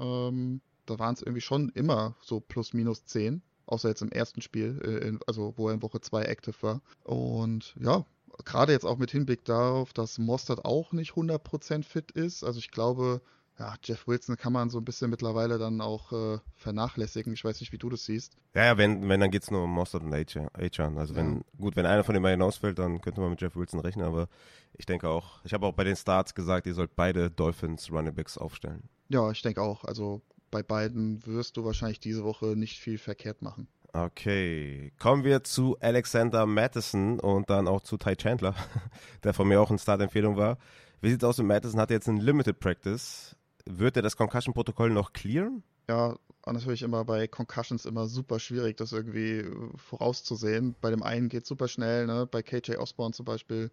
Da waren es irgendwie schon immer so plus minus 10, außer jetzt im ersten Spiel, also wo er in Woche 2 active war. Und ja, gerade jetzt auch mit Hinblick darauf, dass Mostert auch nicht 100% fit ist. Also ich glaube, ja, Jeff Wilson kann man so ein bisschen mittlerweile dann auch vernachlässigen. Ich weiß nicht, wie du das siehst. Ja, ja, wenn dann geht es nur um Mostert und Achan. Also Ja. wenn einer von den beiden ausfällt, dann könnte man mit Jeff Wilson rechnen, aber ich denke auch, ich habe auch bei den Starts gesagt, ihr sollt beide Dolphins Running Backs aufstellen. Ja, ich denke auch. Also bei beiden wirst du wahrscheinlich diese Woche nicht viel verkehrt machen. Okay, kommen wir zu Alexander Mattison und dann auch zu Ty Chandler, der von mir auch eine Start-Empfehlung war. Wie sieht's aus mit Mattison? Hat jetzt ein Limited Practice. Wird er das Concussion-Protokoll noch clearen? Ja, natürlich immer bei Concussions immer super schwierig, das irgendwie vorauszusehen. Bei dem einen geht es super schnell, ne? Bei KJ Osborne zum Beispiel,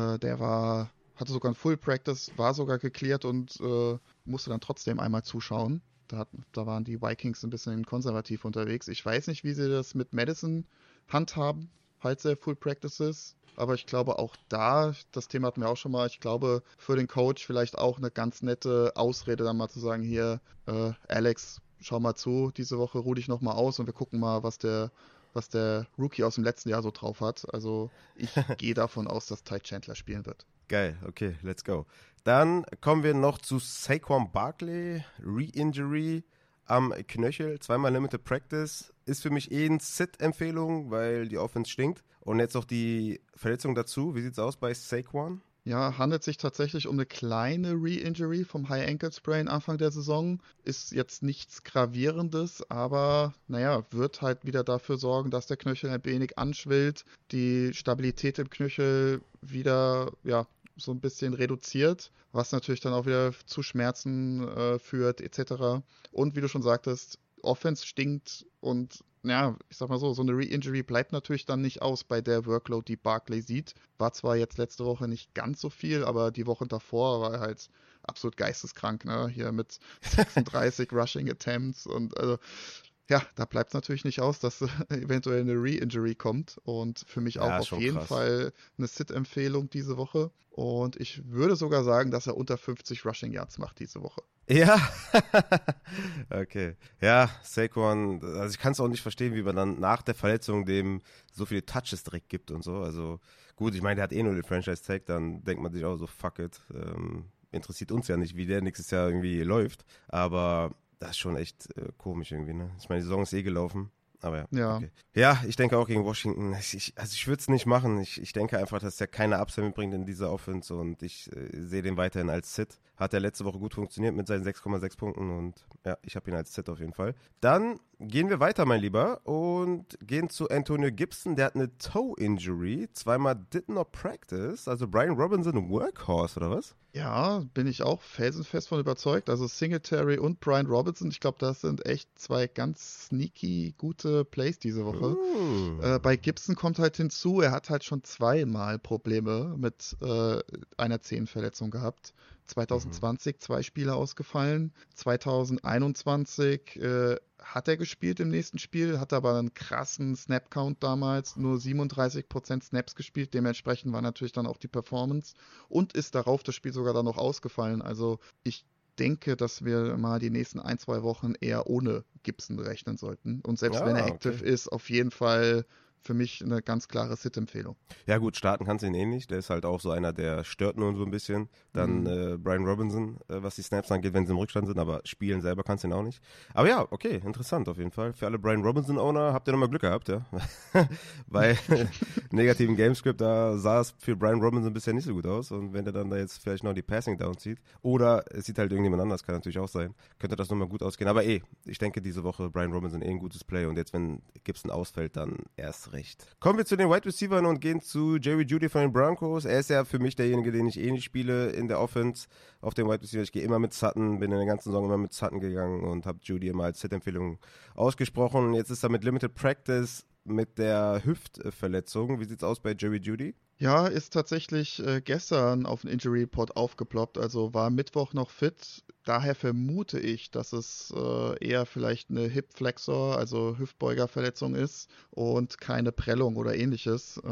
hatte sogar ein Full Practice, war sogar geklärt und musste dann trotzdem einmal zuschauen. Da waren die Vikings ein bisschen konservativ unterwegs. Ich weiß nicht, wie sie das mit Madison handhaben, falls er Full Practice ist. Aber ich glaube auch da, das Thema hatten wir auch schon mal, ich glaube für den Coach vielleicht auch eine ganz nette Ausrede, dann mal zu sagen, hier, Alex, schau mal zu, diese Woche ruh dich nochmal aus und wir gucken mal, was der Rookie aus dem letzten Jahr so drauf hat. Also ich gehe davon aus, dass Ty Chandler spielen wird. Geil, okay, let's go. Dann kommen wir noch zu Saquon Barkley, Re-Injury am Knöchel, zweimal Limited Practice. Ist für mich eine Sit-Empfehlung, weil die Offense stinkt. Und jetzt noch die Verletzung dazu. Wie sieht's aus bei Saquon? Ja, handelt sich tatsächlich um eine kleine Re-Injury vom High Ankle Sprain Anfang der Saison. Ist jetzt nichts Gravierendes, aber naja, wird halt wieder dafür sorgen, dass der Knöchel ein wenig anschwillt, die Stabilität im Knöchel wieder, ja, so ein bisschen reduziert, was natürlich dann auch wieder zu Schmerzen führt, etc. Und wie du schon sagtest, Offense stinkt und ja, ich sag mal so eine Re-Injury bleibt natürlich dann nicht aus bei der Workload, die Barkley sieht. War zwar jetzt letzte Woche nicht ganz so viel, aber die Wochen davor war er halt absolut geisteskrank, ne? Hier mit 36 Rushing Attempts und also ja, da bleibt es natürlich nicht aus, dass eventuell eine Re-Injury kommt und für mich auch Ja, auf schon jeden krass. Fall eine Sit-Empfehlung diese Woche und ich würde sogar sagen, dass er unter 50 Rushing Yards macht diese Woche. Ja, okay. Ja, Saquon, also ich kann es auch nicht verstehen, wie man dann nach der Verletzung dem so viele Touches direkt gibt und so. Also gut, ich meine, der hat eh nur den Franchise-Tag, dann denkt man sich auch so, fuck it. Interessiert uns ja nicht, wie der nächstes Jahr irgendwie läuft. Aber das ist schon echt komisch irgendwie, ne? Ich meine, die Saison ist eh gelaufen. Aber ja, Ja, okay. Ja, ich denke auch gegen Washington. Also ich würde es nicht machen. Ich denke einfach, dass er keine Upside mitbringt in dieser Offense und ich sehe den weiterhin als Sit. Hat er letzte Woche gut funktioniert mit seinen 6,6 Punkten und ja, ich habe ihn als Sit auf jeden Fall. Dann gehen wir weiter, mein Lieber, und gehen zu Antonio Gibson. Der hat eine Toe-Injury, zweimal did not practice. Also Brian Robinson Workhorse, oder was? ja, bin ich auch felsenfest von überzeugt. Also Singletary und Brian Robinson, ich glaube, das sind echt zwei ganz sneaky gute Plays diese Woche. Bei Gibson kommt halt hinzu, er hat halt schon zweimal Probleme mit einer Zehenverletzung gehabt. Mhm. 2020 2 Spiele ausgefallen. 2021 hat er gespielt im nächsten Spiel, hat aber einen krassen Snap-Count damals, nur 37% Snaps gespielt. Dementsprechend war natürlich dann auch die Performance und ist darauf das Spiel sogar dann noch ausgefallen. Also ich denke, dass wir mal die nächsten 1, 2 Wochen eher ohne Gibson rechnen sollten. Und selbst wenn er active ist, auf jeden Fall für mich eine ganz klare Sit-Empfehlung. Ja gut, starten kannst du ihn eh nicht. Der ist halt auch so einer, der stört nur so ein bisschen. Dann Brian Robinson, was die Snaps angeht, wenn sie im Rückstand sind, aber spielen selber kannst du ihn auch nicht. Aber ja, okay, interessant auf jeden Fall. Für alle Brian Robinson-Owner habt ihr nochmal Glück gehabt, ja. Bei negativen Gamescript, da sah es für Brian Robinson bisher nicht so gut aus. Und wenn der dann da jetzt vielleicht noch die Passing down zieht, oder es sieht halt irgendjemand anders, kann natürlich auch sein, könnte das nochmal gut ausgehen. Aber ich denke diese Woche Brian Robinson ein gutes Play und jetzt, wenn Gibson ausfällt, dann erst recht. Kommen wir zu den Wide Receivers und gehen zu Jerry Jeudy von den Broncos. Er ist ja für mich derjenige, den ich nicht spiele in der Offense auf den Wide Receiver. Ich gehe immer mit Sutton, bin in der ganzen Saison immer mit Sutton gegangen und habe Jeudy immer als Sit-Empfehlung ausgesprochen. Jetzt ist er mit Limited Practice mit der Hüftverletzung. Wie sieht's aus bei Jerry Jeudy? Ja, ist tatsächlich gestern auf den Injury Report aufgeploppt, also war Mittwoch noch fit. Daher vermute ich, dass es eher vielleicht eine Hip Flexor, also Hüftbeugerverletzung ist und keine Prellung oder ähnliches.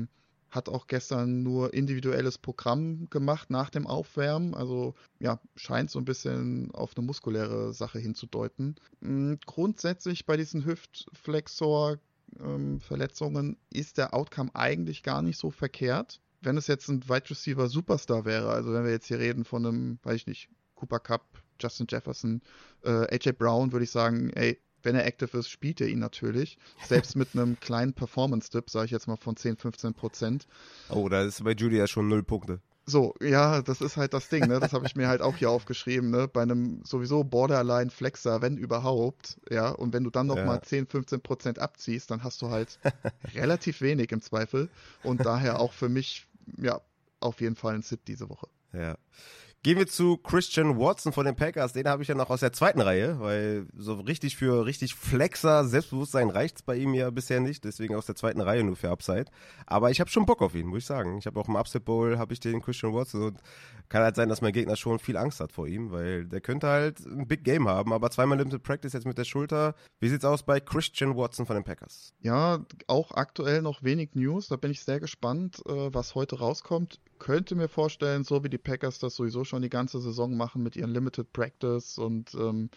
Hat auch gestern nur individuelles Programm gemacht nach dem Aufwärmen, also ja, scheint so ein bisschen auf eine muskuläre Sache hinzudeuten. Grundsätzlich bei diesen Hüftflexor Verletzungen ist der Outcome eigentlich gar nicht so verkehrt. Wenn es jetzt ein Wide Receiver Superstar wäre, also wenn wir jetzt hier reden von einem, weiß ich nicht, Cooper Kupp, Justin Jefferson, AJ Brown, würde ich sagen, ey, wenn er active ist, spielt er ihn natürlich. Selbst mit einem kleinen Performance-Dip, sage ich jetzt mal von 10-15%. Oh, da ist bei Jeudy ja schon 0 Punkte. So, ja, das ist halt das Ding, ne? Das habe ich mir halt auch hier aufgeschrieben, ne? Bei einem sowieso Borderline Flexer, wenn überhaupt, ja, und wenn du dann nochmal 10-15% abziehst, dann hast du halt relativ wenig im Zweifel und daher auch für mich, ja, auf jeden Fall ein Sit diese Woche. Ja. Gehen wir zu Christian Watson von den Packers. Den habe ich ja noch aus der zweiten Reihe, weil so richtig für richtig Flexer, Selbstbewusstsein reicht es bei ihm ja bisher nicht. Deswegen aus der zweiten Reihe nur für Upside. Aber ich habe schon Bock auf ihn, muss ich sagen. Ich habe auch im Upset Bowl, habe ich den Christian Watson. Und kann halt sein, dass mein Gegner schon viel Angst hat vor ihm, weil der könnte halt ein Big Game haben. Aber zweimal Limited Practice jetzt mit der Schulter. Wie sieht's aus bei Christian Watson von den Packers? Ja, auch aktuell noch wenig News. Da bin ich sehr gespannt, was heute rauskommt. Könnte mir vorstellen, so wie die Packers das sowieso schon die ganze Saison machen mit ihren Limited Practice und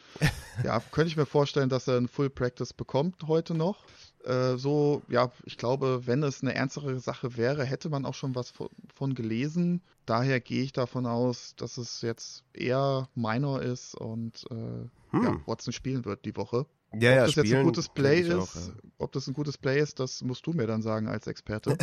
ja, könnte ich mir vorstellen, dass er einen Full Practice bekommt heute noch. So, ja, ich glaube, wenn es eine ernstere Sache wäre, hätte man auch schon was von gelesen. Daher gehe ich davon aus, dass es jetzt eher minor ist und ja, Watson spielen wird die Woche. Ja, ob das jetzt ein gutes Play ist, auch, ja. ob das ein gutes Play ist, das musst du mir dann sagen als Experte.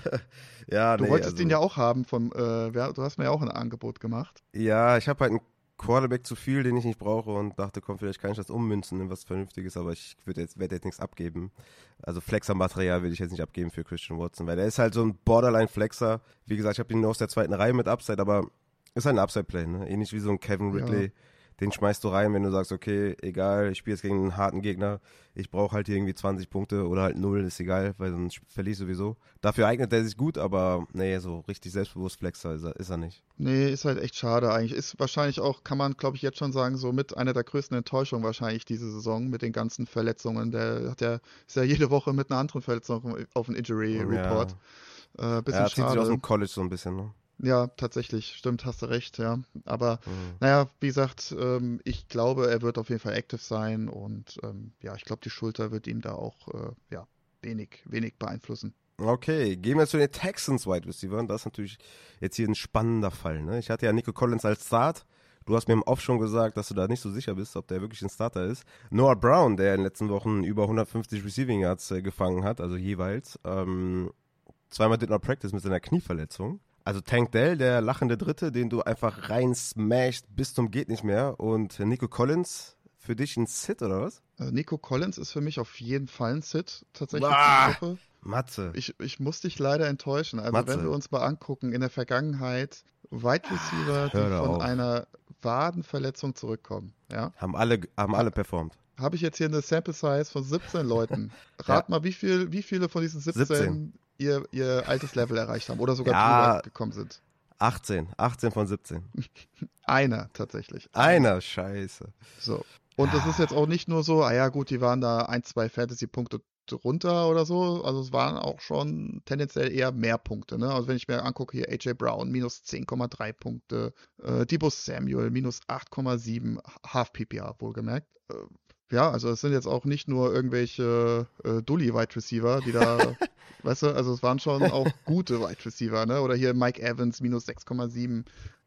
Ja, Du wolltest ihn ja auch haben du hast mir ja auch ein Angebot gemacht. Ja, ich habe halt einen Quarterback zu viel, den ich nicht brauche und dachte, komm, vielleicht kann ich das ummünzen in was Vernünftiges, aber ich werde jetzt nichts abgeben. Also Flexer-Material will ich jetzt nicht abgeben für Christian Watson, weil der ist halt so ein Borderline-Flexer. Wie gesagt, ich habe ihn nur aus der zweiten Reihe mit Upside, aber ist halt ein Upside-Play, ne? Ähnlich wie so ein Kevin Ridley. Ja. Den schmeißt du rein, wenn du sagst, okay, egal, ich spiele jetzt gegen einen harten Gegner, ich brauche halt hier irgendwie 20 Punkte oder halt 0, ist egal, weil sonst verliere ich sowieso. Dafür eignet er sich gut, aber nee, so richtig selbstbewusst Flexer ist er nicht. Nee, ist halt echt schade eigentlich. Ist wahrscheinlich auch, kann man glaube ich jetzt schon sagen, so mit einer der größten Enttäuschungen wahrscheinlich diese Saison mit den ganzen Verletzungen. Der ist ja jede Woche mit einer anderen Verletzung auf dem Injury Report. Bisschen zieht schade. sich aus dem College so ein bisschen, ne? Ja, tatsächlich, stimmt, hast du recht, ja. Aber naja, wie gesagt, ich glaube, er wird auf jeden Fall active sein und ja, ich glaube, die Schulter wird ihm da auch ja, wenig beeinflussen. Okay, gehen wir zu den Texans Wide Receiver. Das ist natürlich jetzt hier ein spannender Fall, ne? Ich hatte ja Nico Collins als Start. Du hast mir im Off schon gesagt, dass du da nicht so sicher bist, ob der wirklich ein Starter ist. Noah Brown, der in den letzten Wochen über 150 Receiving Yards gefangen hat, also jeweils. Zweimal did not practice mit seiner Knieverletzung. Also Tank Dell, der lachende Dritte, den du einfach rein smashst bis zum geht nicht mehr. Und Nico Collins, für dich ein Sit oder was? Nico Collins ist für mich auf jeden Fall ein Sit, tatsächlich diese Woche. Matze. Ich muss dich leider enttäuschen. Also Matze. Wenn wir uns mal angucken, in der Vergangenheit Wide Receiver, die von einer Wadenverletzung zurückkommen. Ja? Haben alle performt. Habe ich jetzt hier eine Sample Size von 17 Leuten. Rat mal, wie viele von diesen 17 ihr altes Level erreicht haben oder sogar drüber gekommen sind. 18 von 17. Einer tatsächlich. Einer, scheiße. So. Und das ist jetzt auch nicht nur so, ja gut, die waren da 1, 2 Fantasy-Punkte drunter oder so. Also es waren auch schon tendenziell eher mehr Punkte. Ne? Also wenn ich mir angucke, hier AJ Brown minus 10,3 Punkte, Deebo Samuel minus 8,7, Half PPR wohlgemerkt. Ja, also es sind jetzt auch nicht nur irgendwelche Dulli-Wide Receiver, die da, weißt du, also es waren schon auch gute Wide Receiver, ne? Oder hier Mike Evans minus 6,7.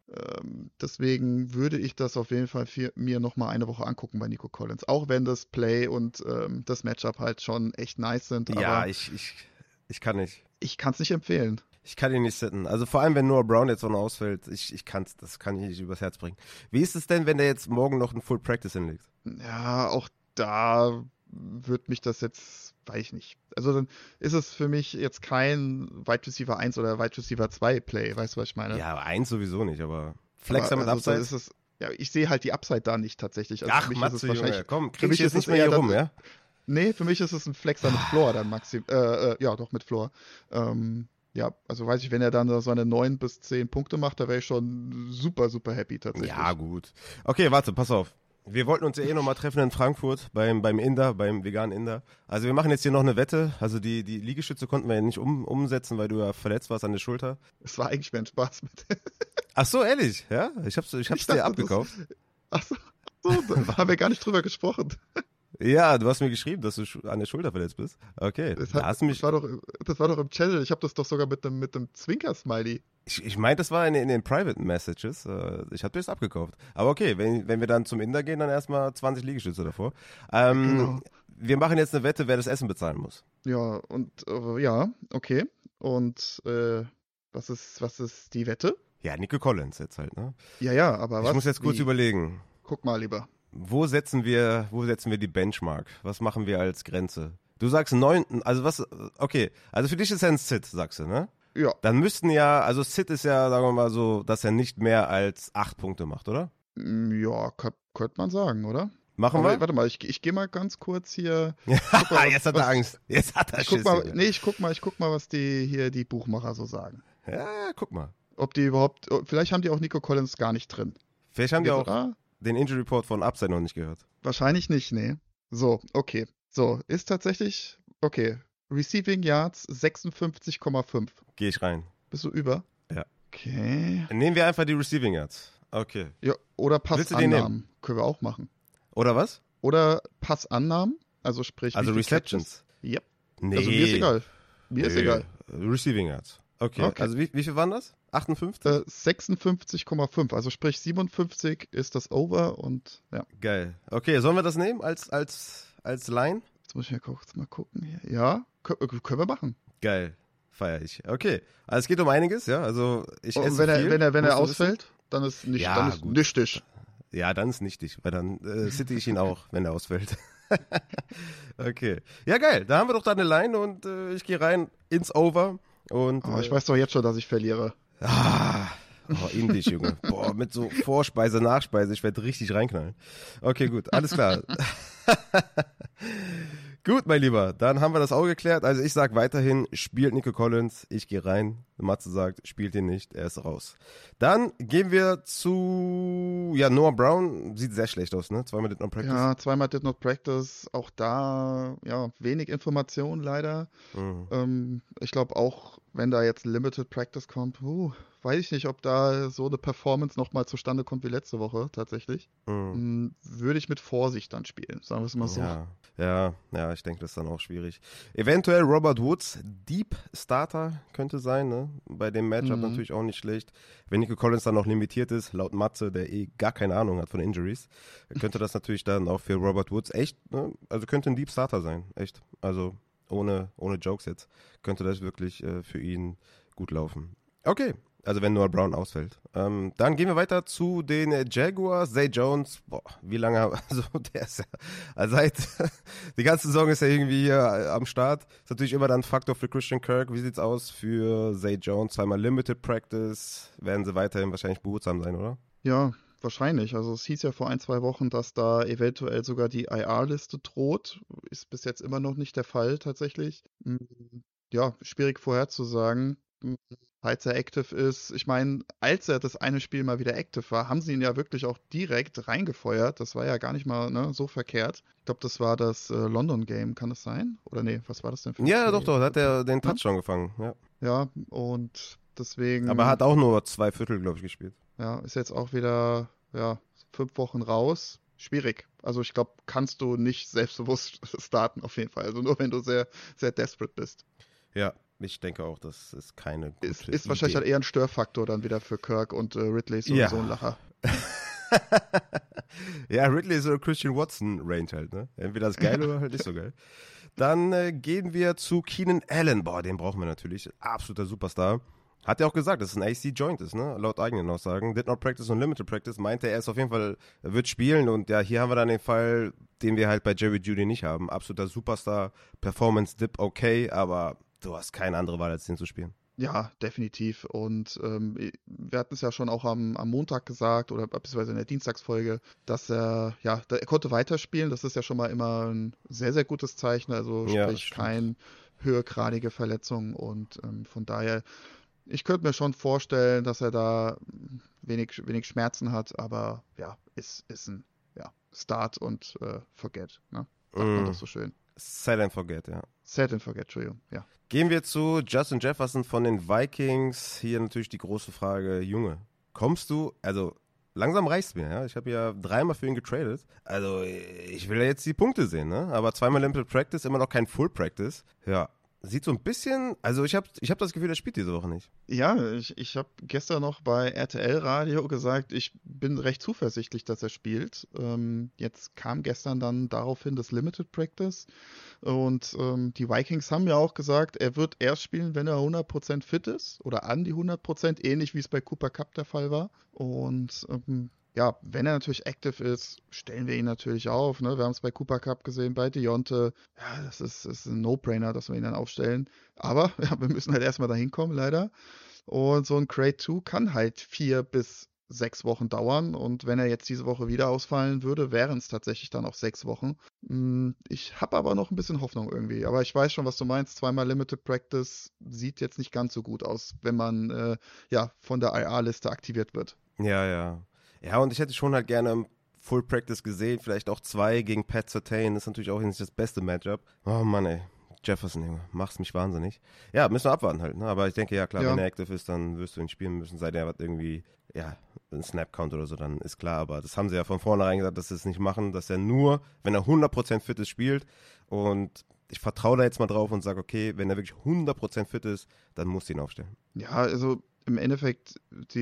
Deswegen würde ich das auf jeden Fall mir nochmal eine Woche angucken bei Nico Collins. Auch wenn das Play und das Matchup halt schon echt nice sind, Ja, aber ich kann nicht. ich kann es nicht empfehlen. Ich kann ihn nicht sitten. Also vor allem, wenn Noah Brown jetzt so noch ausfällt, das kann ich nicht übers Herz bringen. Wie ist es denn, wenn der jetzt morgen noch einen Full Practice hinlegt? Ja, auch da wird mich das jetzt, weiß ich nicht. Also dann ist es für mich jetzt kein Wide Receiver 1 oder Wide Receiver 2 Play, weißt du, was ich meine? Ja, eins sowieso nicht, aber Flexer mit also, Upside? ist es, ja, ich sehe halt die Upside da nicht tatsächlich. Also Ach, für mich ist es Matze, wahrscheinlich, Junge, komm, für krieg ich mich jetzt ist nicht es mehr eher hier dann, rum, ja? nee, für mich ist es ein Flexer mit Floor dann ja, doch mit Floor. Ja, also weiß ich, wenn er dann so eine 9 bis 10 Punkte macht, da wäre ich schon super, super happy tatsächlich. Ja, gut. Okay, warte, pass auf. Wir wollten uns ja eh nochmal treffen in Frankfurt beim Inder, beim veganen Inder. Also wir machen jetzt hier noch eine Wette. Also die Liegestütze konnten wir ja nicht umsetzen, weil du ja verletzt warst an der Schulter. Es war eigentlich mehr ein Spaß mit. Ach so, ehrlich? Ja? Ich hab's dachte, dir abgekauft. Achso, da haben wir gar nicht drüber gesprochen. Ja, du hast mir geschrieben, dass du an der Schulter verletzt bist. Okay, Das war doch im Channel. Ich habe das doch sogar mit einem Zwinker-Smiley. Ich meine, das war in den Private Messages. Ich habe dir das abgekauft. Aber okay, wenn wir dann zum Inder gehen, dann erstmal 20 Liegestütze davor. Genau. Wir machen jetzt eine Wette, wer das Essen bezahlen muss. Ja, und ja, okay. Und was ist die Wette? Ja, Nico Collins jetzt halt, ne? Ja, aber was? Ich muss jetzt kurz überlegen. Guck mal lieber. Wo setzen wir die Benchmark? Was machen wir als Grenze? Du sagst 9, also was, okay, also für dich ist er ein Sit, sagst du, ne? Ja. Dann müssten ja, also Sit ist ja, sagen wir mal so, dass er nicht mehr als 8 Punkte macht, oder? Ja, könnte man sagen, oder? Machen Aber wir? warte mal, ich gehe mal ganz kurz hier. Jetzt hat er Angst. Jetzt hat er Ich Schiss. guck mal, was die Buchmacher so sagen. Ja, guck mal. Ob die überhaupt, vielleicht haben die auch Nico Collins gar nicht drin. Vielleicht haben die auch Ah, den Injury Report von Upside noch nicht gehört. wahrscheinlich nicht, nee. So, okay. So, ist tatsächlich, okay. Receiving Yards 56,5. Gehe ich rein. Bist du über? Ja. Okay. Nehmen wir einfach die Receiving Yards. Okay. Ja, oder Willst du den Passannahmen. Können wir auch machen. Oder was? Oder Passannahmen, also sprich. Also wie viel Receptions. Catches. Yep. Nee. Also mir ist egal. Mir ist egal. Receiving Yards. Okay. Okay. Also wie viel waren das? 58? 56,5. Also sprich 57 ist das Over und ja. Geil. Okay, sollen wir das nehmen als Line? Jetzt muss ich ja kurz mal gucken hier. Ja, können wir machen. Geil. Feier ich. Okay. Also es geht um einiges, ja. Also ich Und esse wenn viel, er musst du ausfällt, dann ist nicht, Ja, dann ist gut. nichtig. Ja, dann ist nichtig, weil dann city ich ihn auch, wenn er ausfällt. Okay. Ja, geil. Da haben wir doch da eine Line und ich gehe rein ins Over. Und, Oh, ich weiß doch jetzt schon, dass ich verliere. indisch, Junge. Boah, mit so Vorspeise, Nachspeise, ich werde richtig reinknallen. Okay, gut, alles klar. Gut, mein Lieber, dann haben wir das auch geklärt. Also ich sage weiterhin, spielt Nico Collins, ich gehe rein. Matze sagt, spielt ihn nicht, er ist raus. Dann gehen wir zu, Noah Brown, sieht sehr schlecht aus, ne? Zweimal did not practice. Ja, zweimal did not practice. Auch da, ja, wenig Information leider. Ich glaube auch, wenn da jetzt Limited Practice kommt, weiß ich nicht, ob da so eine Performance nochmal zustande kommt wie letzte Woche tatsächlich. Würde ich mit Vorsicht dann spielen, sagen wir es mal so. Ja, ich denke, das ist dann auch schwierig. Eventuell Robert Woods, Deep Starter könnte sein, ne? Bei dem Matchup natürlich auch nicht schlecht. Wenn Nico Collins dann noch limitiert ist, laut Matze, der gar keine Ahnung hat von Injuries, könnte das natürlich dann auch für Robert Woods echt, ne? Also könnte ein Deep Starter sein, echt. Also ohne Jokes jetzt, könnte das wirklich für ihn gut laufen. Okay. Also wenn Noah Brown ausfällt. Dann gehen wir weiter zu den Jaguars. Zay Jones, wie lange, also der ist ja, also die ganze Saison ist er irgendwie hier am Start. Ist natürlich immer dann ein Faktor für Christian Kirk. Wie sieht's aus für Zay Jones? Zweimal Limited Practice. Werden sie weiterhin wahrscheinlich behutsam sein, oder? Ja, wahrscheinlich. Also es hieß ja vor 1-2 Wochen, dass da eventuell sogar die IR-Liste droht. Ist bis jetzt immer noch nicht der Fall tatsächlich. Ja, schwierig vorherzusagen. falls er active ist. Ich meine, als er das eine Spiel mal wieder active war, haben sie ihn ja wirklich auch direkt reingefeuert. Das war ja gar nicht mal ne, so verkehrt. Ich glaube, das war das London-Game, kann das sein? Oder nee, was war das denn für ein Ja, Play? doch, da hat er den Ne? Touchdown gefangen. Ja. Ja, und Aber er deswegen, hat auch nur 2 Viertel, glaube ich, gespielt. ja, ist jetzt auch wieder, ja, 5 Wochen raus. Schwierig. Also ich glaube, kannst du nicht selbstbewusst starten auf jeden Fall. Also nur wenn du sehr, sehr desperate bist. Ja, ich denke auch, das ist keine gute Ist wahrscheinlich halt Idee. eher ein Störfaktor dann wieder für Kirk und Ridley ist sowieso ein Ja. Lacher. Ja, Ridley ist so Christian Watson Range halt, ne? Entweder ist geil oder halt nicht so geil. Dann gehen wir zu Keenan Allen. Boah, den brauchen wir natürlich. Absoluter Superstar. Hat er auch gesagt, dass es ein AC-Joint ist, ne? Laut eigenen Aussagen. Did not practice und limited practice. Meinte er ist auf jeden Fall, er wird spielen. Und ja, hier haben wir dann den Fall, den wir halt bei Jerry Jeudy nicht haben. Absoluter Superstar. Performance Dip okay, aber du hast keine andere Wahl, als den zu spielen. Ja, definitiv. Und wir hatten es ja schon auch am Montag gesagt oder beziehungsweise in der Dienstagsfolge, dass er konnte weiterspielen. Das ist ja schon mal immer ein sehr, sehr gutes Zeichen. Also Ja, das sprich stimmt. kein höhergradige Verletzung. Und von daher, ich könnte mir schon vorstellen, dass er da wenig Schmerzen hat, aber ja, ist ein Start und Forget, ne? Sagt man doch Mm, so schön. set and forget, ja. Set and Forget, Entschuldigung, ja. Gehen wir zu Justin Jefferson von den Vikings. Hier natürlich die große Frage, Junge, kommst du, also langsam reicht's mir, ja. Ich habe ja 3-mal für ihn getradet. Also ich will ja jetzt die Punkte sehen, ne? Aber 2-mal Limited Practice, immer noch kein Full Practice. Ja, sieht so ein bisschen, also ich hab das Gefühl, er spielt diese Woche nicht. Ja, ich habe gestern noch bei RTL Radio gesagt, ich bin recht zuversichtlich, dass er spielt. Jetzt kam gestern dann daraufhin das Limited Practice und die Vikings haben ja auch gesagt, er wird erst spielen, wenn er 100% fit ist oder an die 100%, ähnlich wie es bei Cooper Kupp der Fall war. Und ja, wenn er natürlich active ist, stellen wir ihn natürlich auf. Ne? Wir haben es bei Cooper Kupp gesehen, bei Deonte. Ja, das ist ein No-Brainer, dass wir ihn dann aufstellen. Aber ja, wir müssen halt erstmal dahin kommen, leider. Und so ein Crate 2 kann halt 4 bis 6 Wochen dauern. Und wenn er jetzt diese Woche wieder ausfallen würde, wären es tatsächlich dann auch 6 Wochen. Ich habe aber noch ein bisschen Hoffnung irgendwie. Aber ich weiß schon, was du meinst. 2-mal Limited Practice sieht jetzt nicht ganz so gut aus, wenn man ja von der IR-Liste aktiviert wird. Ja, ja. Ja, und ich hätte schon halt gerne im Full Practice gesehen, vielleicht auch 2 gegen Pat Surtain, ist natürlich auch nicht das beste Matchup. Oh Mann, ey. Jefferson, Junge, machst mich wahnsinnig. Ja, müssen wir abwarten halt, ne? Aber ich denke, ja klar, wenn Ja, er active ist, dann wirst du ihn spielen müssen, sei der irgendwie, ja, ein Snap-Count oder so, dann ist klar. Aber das haben sie ja von vornherein gesagt, dass sie es nicht machen, dass er nur, wenn er 100% fit ist, spielt. Und ich vertraue da jetzt mal drauf und sage, okay, wenn er wirklich 100% fit ist, dann musst du ihn aufstellen. ja, also im Endeffekt,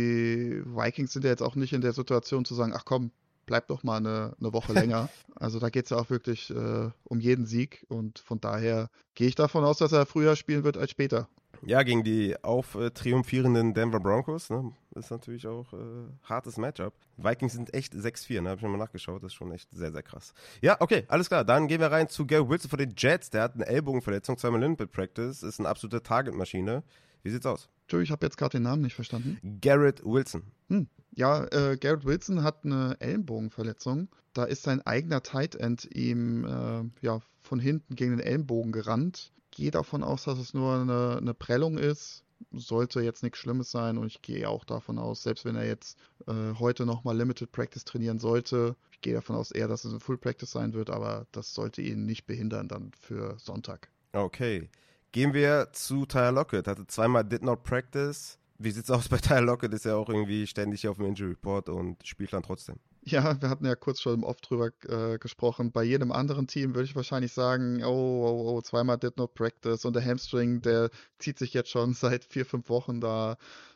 die Vikings sind ja jetzt auch nicht in der Situation zu sagen, ach komm, bleib doch mal eine Woche länger. Also da geht es ja auch wirklich um jeden Sieg und von daher gehe ich davon aus, dass er früher spielen wird als später. Ja, gegen die triumphierenden Denver Broncos, ne? Ist natürlich auch hartes Matchup. Vikings sind echt 6-4, ne? Habe ich nochmal nachgeschaut, das ist schon echt sehr, sehr krass. Ja, okay, alles klar. Dann gehen wir rein zu Garrett Wilson von den Jets. Der hat eine Ellbogenverletzung, 2-mal Limited Practice, ist eine absolute Targetmaschine. Wie sieht's aus? Entschuldigung, ich habe jetzt gerade den Namen nicht verstanden. Garrett Wilson. Ja, Garrett Wilson hat eine Ellenbogenverletzung. Da ist sein eigener Tight End ihm ja, von hinten gegen den Ellenbogen gerannt. Gehe davon aus, dass es nur eine Prellung ist. Sollte jetzt nichts Schlimmes sein und ich gehe auch davon aus, selbst wenn er jetzt heute nochmal Limited Practice trainieren sollte, ich gehe davon aus eher, dass es ein Full Practice sein wird, aber das sollte ihn nicht behindern dann für Sonntag. Okay. Gehen wir zu Tyler Lockett. Hatte 2-mal Did Not Practice. Wie sieht's aus bei Tyler Lockett? Ist ja auch irgendwie ständig hier auf dem Injury Report und spielt dann trotzdem. Ja, wir hatten ja kurz schon oft drüber gesprochen. Bei jedem anderen Team würde ich wahrscheinlich sagen, oh, 2-mal did not practice und der Hamstring, der zieht sich jetzt schon seit 4, 5 Wochen da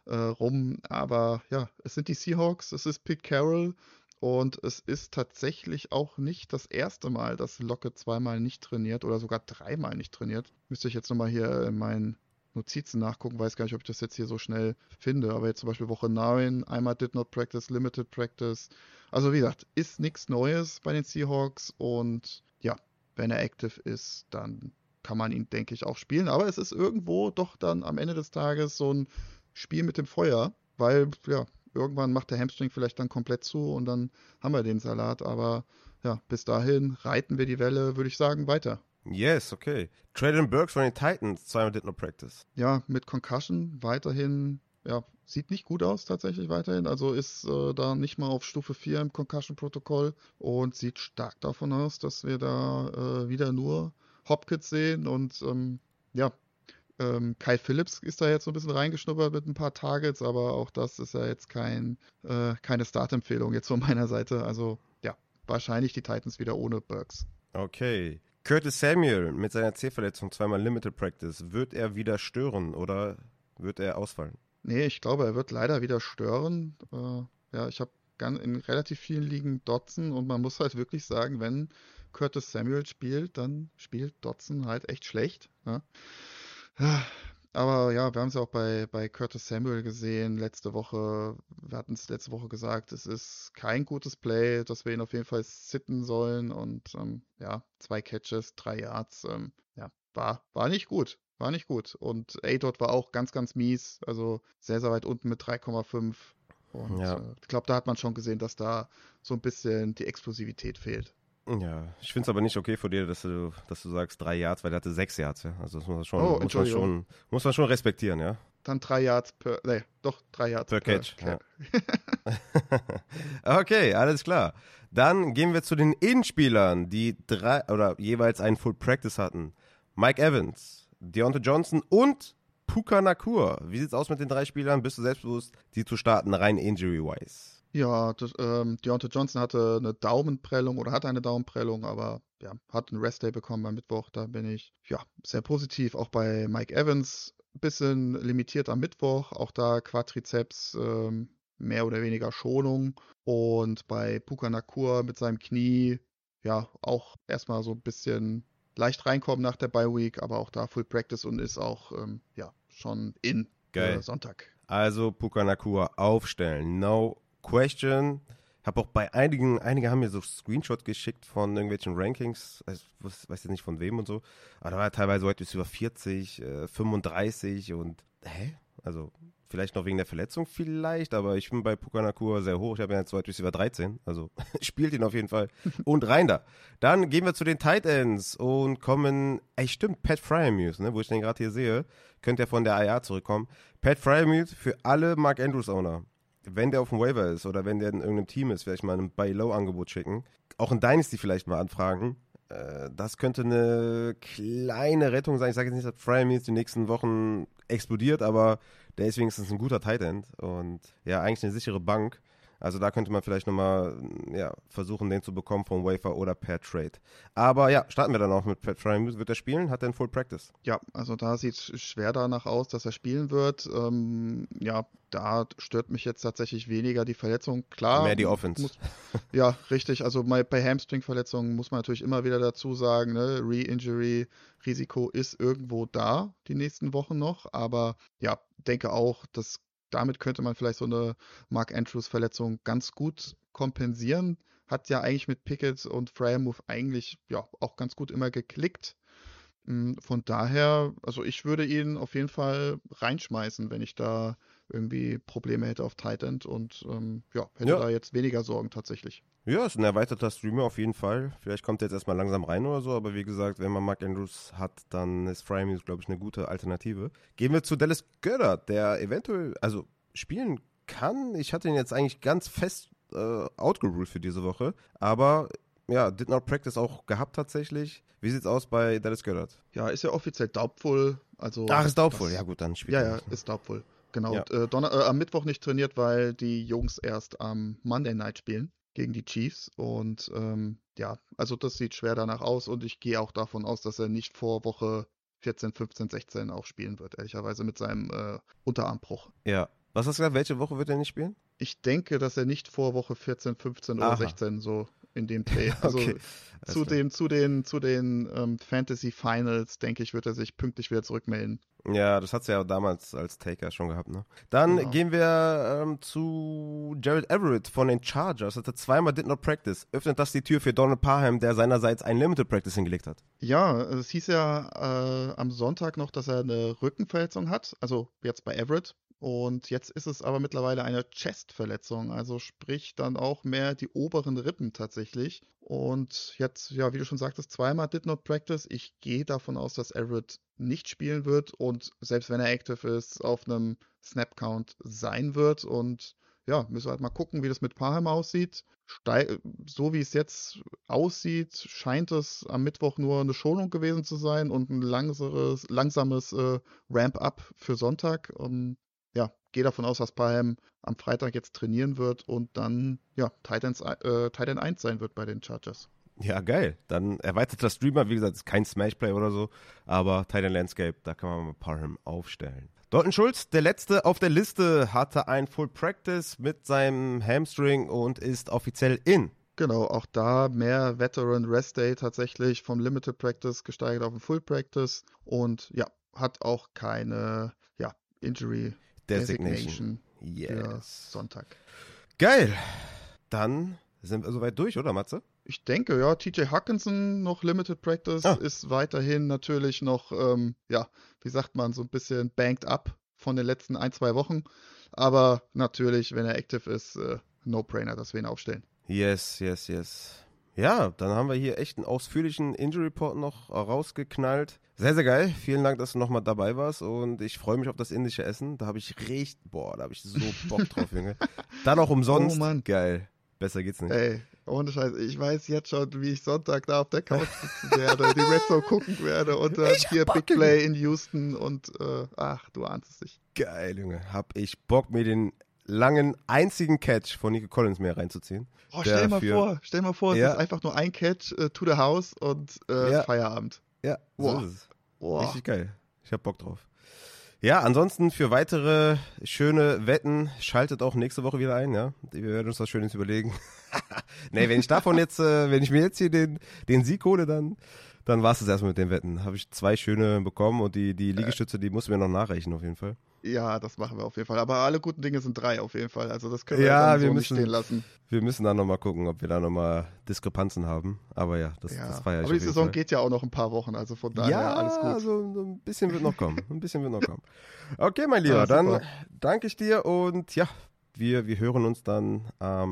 rum. Aber ja, es sind die Seahawks, es ist Pete Carroll und es ist tatsächlich auch nicht das erste Mal, dass Lockett 2-mal nicht trainiert oder sogar 3-mal nicht trainiert. Müsste ich jetzt nochmal hier in meinen Notizen nachgucken, weiß gar nicht, ob ich das jetzt hier so schnell finde. Aber jetzt zum Beispiel Woche 9, einmal did not practice, limited practice. Also wie gesagt, ist nichts Neues bei den Seahawks und ja, wenn er active ist, dann kann man ihn, denke ich, auch spielen. Aber es ist irgendwo doch dann am Ende des Tages so ein Spiel mit dem Feuer, weil ja, irgendwann macht der Hamstring vielleicht dann komplett zu und dann haben wir den Salat. Aber ja, bis dahin reiten wir die Welle, würde ich sagen, weiter. Yes, okay. Traylon Burks von den Titans, zweimal did not practice. Ja, mit Concussion weiterhin, ja, sieht nicht gut aus tatsächlich weiterhin. Also ist da nicht mal auf Stufe 4 im Concussion-Protokoll und sieht stark davon aus, dass wir da wieder nur Hopkins sehen und ja, Kyle Phillips ist da jetzt so ein bisschen reingeschnuppert mit ein paar Targets, aber auch das ist ja jetzt keine Start-Empfehlung jetzt von meiner Seite. Also ja, wahrscheinlich die Titans wieder ohne Burks. Okay. Curtis Samuel mit seiner C-Verletzung, zweimal Limited Practice. Wird er wieder stören oder wird er ausfallen? Nee, ich glaube, er wird leider wieder stören. Ja, ich habe in relativ vielen Ligen Dotson und man muss halt wirklich sagen, wenn Curtis Samuel spielt, dann spielt Dotson halt echt schlecht. Ne? Aber ja, wir haben es ja auch bei Curtis Samuel gesehen letzte Woche. Wir hatten es letzte Woche gesagt, es ist kein gutes Play, dass wir ihn auf jeden Fall sitten sollen. Und ja, 2 Catches, 3 Yards, ja, war nicht gut. War nicht gut. Und A-Dot war auch ganz, ganz mies. Also sehr, sehr weit unten mit 3,5. Und Ja. ich glaube, da hat man schon gesehen, dass da so ein bisschen die Explosivität fehlt. Ja, ich finde es aber nicht okay von dir, dass du sagst 3 Yards, weil er hatte 6 Yards, ja. Also das muss Oh, man schon respektieren, ja. Dann 3 Yards 3 Yards Per Catch. Ja. Okay, alles klar. Dann gehen wir zu den Innenspielern, die jeweils einen Full Practice hatten. Mike Evans, Deontay Johnson und Puka Nacua. Wie sieht's aus mit den 3 Spielern? Bist du selbstbewusst, die zu starten, rein injury-wise? Ja, Deontay Johnson hatte eine Daumenprellung oder hatte eine Daumenprellung, aber ja, hat einen Restday bekommen am Mittwoch. Da bin ich ja sehr positiv. Auch bei Mike Evans ein bisschen limitiert am Mittwoch. Auch da Quadrizeps, mehr oder weniger Schonung. Und bei Puka Nacua mit seinem Knie, ja, auch erstmal so ein bisschen leicht reinkommen nach der Bye Week, aber auch da Full Practice und ist auch ja, schon in Sonntag. Also Puka Nacua aufstellen. No question. Habe auch bei einige haben mir so Screenshots geschickt von irgendwelchen Rankings, ich weiß jetzt nicht von wem und so, aber da war teilweise heute über 40, 35 und also vielleicht noch wegen der Verletzung vielleicht, aber ich bin bei Puka Nacua sehr hoch, ich habe ja jetzt Wide Receiver 13, also spielt ihn auf jeden Fall und rein da. Dann gehen wir zu den Tight Ends und kommen, stimmt, Pat Freiermuth, ne, wo ich den gerade hier sehe, könnte ja von der IA zurückkommen. Pat Freiermuth für alle Mark Andrews Owner. Wenn der auf dem Waiver ist oder wenn der in irgendeinem Team ist, vielleicht mal ein Buy-Low-Angebot schicken. Auch in Dynasty vielleicht mal anfragen. Das könnte eine kleine Rettung sein. Ich sage jetzt nicht, dass Freiermuth die nächsten Wochen explodiert, aber der ist wenigstens ein guter Tight End und ja, eigentlich eine sichere Bank. Also da könnte man vielleicht nochmal versuchen, den zu bekommen vom Waiver oder per Trade. Aber ja, starten wir dann auch mit Pat Freiermuth. Wird er spielen? Hat er einen Full Practice? Ja, also da sieht es schwer danach aus, dass er spielen wird. Ja, da stört mich jetzt tatsächlich weniger die Verletzung. Klar. Mehr die Offense. Ja, richtig. Also bei Hamstring-Verletzungen muss man natürlich immer wieder dazu sagen, ne, Re-Injury-Risiko ist irgendwo da, die nächsten Wochen noch. Aber ja, denke auch, dass damit könnte man vielleicht so eine Mark Andrews-Verletzung ganz gut kompensieren. Hat ja eigentlich mit Pickett und Freiermuth eigentlich ja auch ganz gut immer geklickt. Von daher, also ich würde ihn auf jeden Fall reinschmeißen, wenn ich da irgendwie Probleme hätte auf Tight End und hätte da jetzt weniger Sorgen tatsächlich. Ja, ist ein erweiterter Streamer auf jeden Fall. Vielleicht kommt er jetzt erstmal langsam rein oder so, aber wie gesagt, wenn man Mark Andrews hat, dann ist Freiermuth, glaube ich, eine gute Alternative. Gehen wir zu Dallas Goedert, der eventuell, also spielen kann. Ich hatte ihn jetzt eigentlich ganz fest outgeruled für diese Woche, aber ja, did not practice auch gehabt tatsächlich. Wie sieht's aus bei Dallas Goedert? Ja, ist ja offiziell doubtful. Also ist doubtful. Ja gut, dann spielt er. Ja, ist doubtful. Genau. Ja. Und, am Mittwoch nicht trainiert, weil die Jungs erst am Monday Night spielen gegen die Chiefs. Und ja, also das sieht schwer danach aus. Und ich gehe auch davon aus, dass er nicht vor Woche 14, 15, 16 auch spielen wird, ehrlicherweise mit seinem Unterarmbruch. Ja. Was hast du gesagt? Welche Woche wird er nicht spielen? Ich denke, dass er nicht vor Woche 14, 15 oder 16 so in dem Dreh. Also okay. zu den Fantasy Finals, denke ich, wird er sich pünktlich wieder zurückmelden. Ja, das hat's ja damals als Taker schon gehabt, ne? Dann gehen wir zu Gerald Everett von den Chargers. Hatte zweimal did not practice. Öffnet das die Tür für Donald Parham, der seinerseits ein Limited Practice hingelegt hat? Ja, es hieß ja am Sonntag noch, dass er eine Rückenverletzung hat. Also jetzt bei Everett. Und jetzt ist es aber mittlerweile eine Chest-Verletzung, also sprich dann auch mehr die oberen Rippen tatsächlich. Und jetzt, ja, wie du schon sagtest, zweimal did not practice. Ich gehe davon aus, dass Everett nicht spielen wird und selbst wenn er active ist, auf einem Snap-Count sein wird. Und ja, müssen wir halt mal gucken, wie das mit Parham aussieht. So wie es jetzt aussieht, scheint es am Mittwoch nur eine Schonung gewesen zu sein und ein langsames Ramp-up für Sonntag. Ja, gehe davon aus, dass Parham am Freitag jetzt trainieren wird und dann ja Tight End 1 sein wird bei den Chargers. Ja, geil. Dann erweiterter Streamer, wie gesagt, ist kein Smashplay oder so, aber Tight End Landscape, da kann man mal Parham aufstellen. Dalton Schultz, der letzte auf der Liste, hatte ein Full Practice mit seinem Hamstring und ist offiziell in. Genau, auch da mehr Veteran Rest Day tatsächlich vom Limited Practice gesteigert auf den Full Practice und ja, hat auch keine Injury Designation für Sonntag. Geil. Dann sind wir soweit durch, oder Matze? Ich denke, ja, TJ Hawkinson noch Limited Practice ist weiterhin natürlich noch, wie sagt man, so ein bisschen banked up von den letzten 1-2 Wochen. Aber natürlich, wenn er active ist, No-Brainer, dass wir ihn aufstellen. Yes. Ja, dann haben wir hier echt einen ausführlichen Injury Report noch rausgeknallt. Sehr, sehr geil. Vielen Dank, dass du nochmal dabei warst und ich freue mich auf das indische Essen. Da habe ich da habe ich so Bock drauf, Junge. Dann auch umsonst. Oh Mann. Geil. Besser geht's nicht. Ey, ohne Scheiß. Ich weiß jetzt schon, wie ich Sonntag da auf der Couch sitzen werde, die Red Zone gucken werde und dann hier Big Play in Houston und du ahnst es nicht. Geil, Junge. Hab ich Bock, mir den langen, einzigen Catch von Nico Collins mehr reinzuziehen. Oh, stell mal vor, es ist einfach nur ein Catch to the house und Feierabend. Ja, so ist es. Richtig geil. Ich hab Bock drauf. Ja, ansonsten für weitere schöne Wetten schaltet auch nächste Woche wieder ein, ja. Wir werden uns was Schönes überlegen. Nee, wenn ich mir jetzt hier den Sieg hole, dann war es das erstmal mit den Wetten. Habe ich 2 schöne bekommen und die Liegestütze, die mussten wir noch nachrechnen auf jeden Fall. Ja, das machen wir auf jeden Fall. Aber alle guten Dinge sind 3 auf jeden Fall. Also das können wir dann so nicht stehen lassen. Wir müssen dann nochmal gucken, ob wir da nochmal Diskrepanzen haben. Aber ja, das feiere ich. Aber die Saison geht ja auch noch ein paar Wochen, also von daher alles gut. Ja, so ein bisschen wird noch kommen. Okay, mein Lieber, dann danke ich dir und ja, wir hören uns dann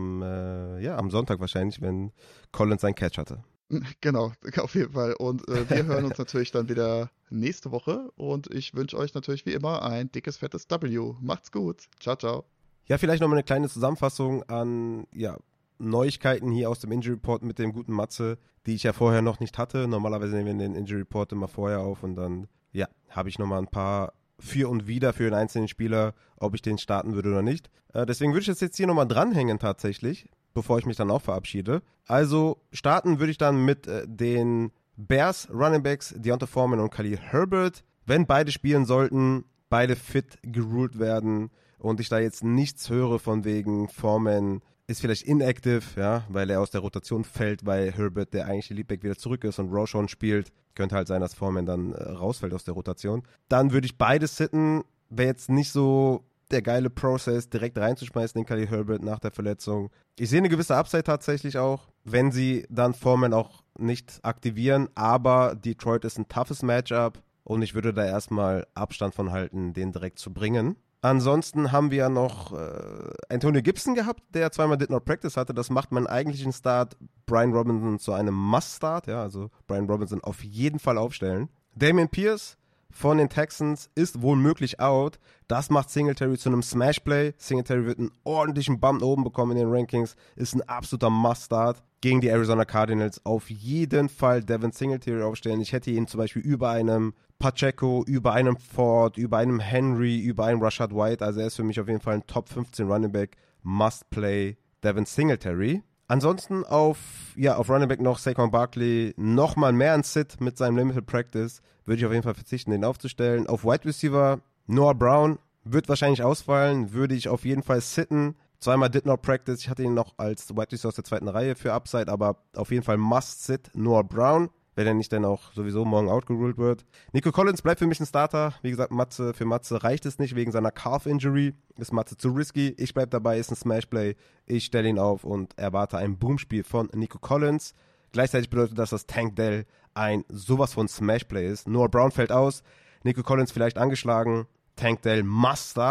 am Sonntag wahrscheinlich, wenn Collins seinen Catch hatte. Genau, auf jeden Fall. Und wir hören uns natürlich dann wieder nächste Woche. Und ich wünsche euch natürlich wie immer ein dickes, fettes W. Macht's gut. Ciao, ciao. Ja, vielleicht nochmal eine kleine Zusammenfassung an Neuigkeiten hier aus dem Injury Report mit dem guten Matze, die ich ja vorher noch nicht hatte. Normalerweise nehmen wir den Injury Report immer vorher auf und dann habe ich nochmal ein paar für und wider für den einzelnen Spieler, ob ich den starten würde oder nicht. Deswegen würde ich das jetzt hier nochmal dranhängen tatsächlich, bevor ich mich dann auch verabschiede. Also starten würde ich dann mit den Bears Running Backs Deonta Foreman und Khalil Herbert. Wenn beide spielen sollten, beide fit geruled werden und ich da jetzt nichts höre von wegen Foreman ist vielleicht inactive, ja, weil er aus der Rotation fällt, weil Herbert, der eigentliche Leadback, wieder zurück ist und Roschon spielt. Könnte halt sein, dass Foreman dann rausfällt aus der Rotation. Dann würde ich beides sitten. Wäre jetzt nicht so der geile Prozess, direkt reinzuschmeißen in Khalil Herbert nach der Verletzung. Ich sehe eine gewisse Upside tatsächlich auch, wenn sie dann Foreman auch nicht aktivieren, aber Detroit ist ein toughes Matchup und ich würde da erstmal Abstand von halten, den direkt zu bringen. Ansonsten haben wir ja noch Antonio Gibson gehabt, der zweimal Did Not Practice hatte. Das macht meinen eigentlichen Start Brian Robinson zu einem Must-Start. Ja, also Brian Robinson auf jeden Fall aufstellen. Dameon Pierce von den Texans ist wohl möglich out. Das macht Singletary zu einem Smash-Play. Singletary wird einen ordentlichen Bump oben bekommen in den Rankings. Ist ein absoluter Must-Start gegen die Arizona Cardinals. Auf jeden Fall Devin Singletary aufstellen. Ich hätte ihn zum Beispiel über einem Pacheco, über einem Ford, über einem Henry, über einem Rashad White. Also er ist für mich auf jeden Fall ein Top 15 Running Back. Must-Play Devin Singletary. Ansonsten auf Running Back noch Saquon Barkley, nochmal mehr ein Sit mit seinem Limited Practice. Würde ich auf jeden Fall verzichten, den aufzustellen. Auf Wide Receiver Noah Brown wird wahrscheinlich ausfallen, würde ich auf jeden Fall sitten. Zweimal Did Not Practice, ich hatte ihn noch als Wide Receiver aus der zweiten Reihe für Upside, aber auf jeden Fall Must Sit Noah Brown, wenn er nicht dann auch sowieso morgen outgeruled wird. Nico Collins bleibt für mich ein Starter. Wie gesagt, für Matze reicht es nicht wegen seiner Calf-Injury. Ist Matze zu risky. Ich bleibe dabei, ist ein Smash-Play. Ich stelle ihn auf und erwarte ein Boom-Spiel von Nico Collins. Gleichzeitig bedeutet das, dass Tank Dell ein sowas von Smash-Play ist. Noah Brown fällt aus. Nico Collins vielleicht angeschlagen. Tank Dell must start.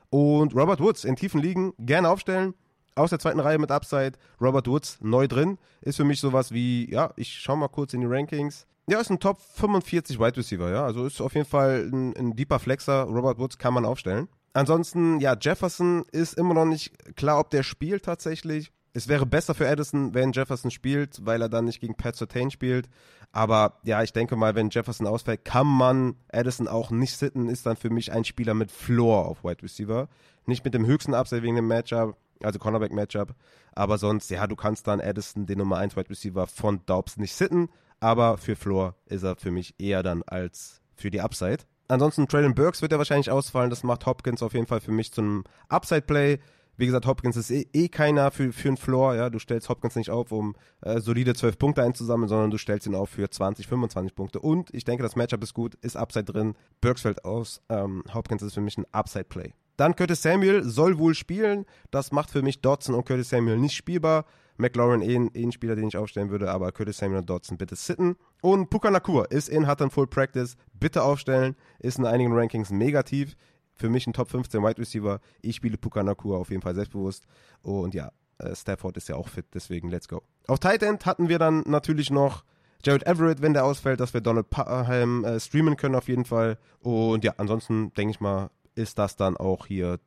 Und Robert Woods in tiefen Ligen gerne aufstellen. Aus der zweiten Reihe mit Upside. Robert Woods neu drin. Ist für mich sowas wie, ja, ich schau mal kurz in die Rankings. Ja, ist ein Top 45 Wide Receiver, ja. Also ist auf jeden Fall ein deeper Flexer. Robert Woods kann man aufstellen. Ansonsten, ja, Jefferson ist immer noch nicht klar, ob der spielt tatsächlich. Es wäre besser für Addison, wenn Jefferson spielt, weil er dann nicht gegen Pat Surtain spielt. Aber ja, ich denke mal, wenn Jefferson ausfällt, kann man Addison auch nicht sitten. Ist dann für mich ein Spieler mit Floor auf Wide Receiver. Nicht mit dem höchsten Upside wegen dem Matchup, also Cornerback-Matchup. Aber sonst, ja, du kannst dann Addison, den Nummer 1 Wide Receiver von Dobbs, nicht sitten. Aber für Floor ist er für mich eher dann als für die Upside. Ansonsten Traylon Burks wird er wahrscheinlich ausfallen. Das macht Hopkins auf jeden Fall für mich zu einem Upside-Play. Wie gesagt, Hopkins ist keiner für einen Floor. Ja? Du stellst Hopkins nicht auf, um solide 12 Punkte einzusammeln, sondern du stellst ihn auf für 20, 25 Punkte. Und ich denke, das Matchup ist gut, ist Upside drin. Burks fällt aus. Hopkins ist für mich ein Upside-Play. Dann Curtis Samuel soll wohl spielen. Das macht für mich Dotson und Curtis Samuel nicht spielbar. McLaurin ein Spieler, den ich aufstellen würde, aber Curtis Samuel und Dotson bitte sitten. Und Puka Nacua hat dann Full Practice. Bitte aufstellen. Ist in einigen Rankings negativ. Für mich ein Top 15 Wide Receiver. Ich spiele Puka Nacua auf jeden Fall selbstbewusst. Und ja, Stafford ist ja auch fit, deswegen let's go. Auf Tight End hatten wir dann natürlich noch Gerald Everett, wenn der ausfällt, dass wir Donald Parham streamen können auf jeden Fall. Und ja, ansonsten denke ich mal, ist das dann auch hier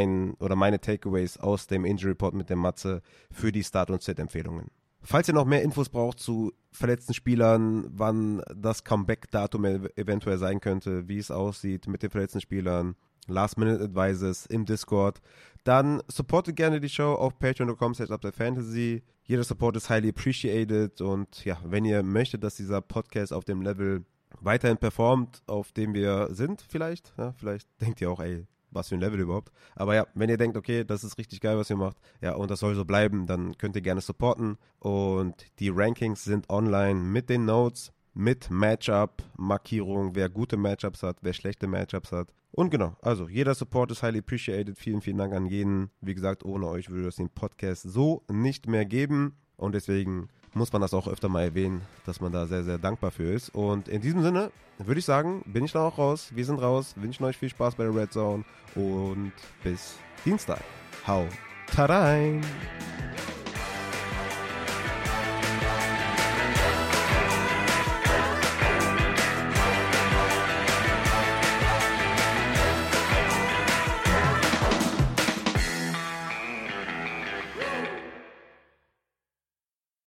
meine Takeaways aus dem Injury Report mit der Matze für die Start- und Sit-Empfehlungen. Falls ihr noch mehr Infos braucht zu verletzten Spielern, wann das Comeback-Datum eventuell sein könnte, wie es aussieht mit den verletzten Spielern, Last-Minute-Advices im Discord, dann supportet gerne die Show auf patreon.com/upsidefantasy. Jeder Support ist highly appreciated und ja, wenn ihr möchtet, dass dieser Podcast auf dem Level weiterhin performt, auf dem wir sind vielleicht denkt ihr auch, ey, was für ein Level überhaupt. Aber ja, wenn ihr denkt, okay, das ist richtig geil, was ihr macht, ja, und das soll so bleiben, dann könnt ihr gerne supporten. Und die Rankings sind online mit den Notes, mit Matchup-Markierung, wer gute Matchups hat, wer schlechte Matchups hat. Und genau, also jeder Support ist highly appreciated. Vielen, vielen Dank an jeden. Wie gesagt, ohne euch würde es den Podcast so nicht mehr geben. Und deswegen muss man das auch öfter mal erwähnen, dass man da sehr, sehr dankbar für ist. Und in diesem Sinne würde ich sagen, bin ich dann auch raus. Wir sind raus. Wünschen euch viel Spaß bei der Red Zone und bis Dienstag. Hau rein!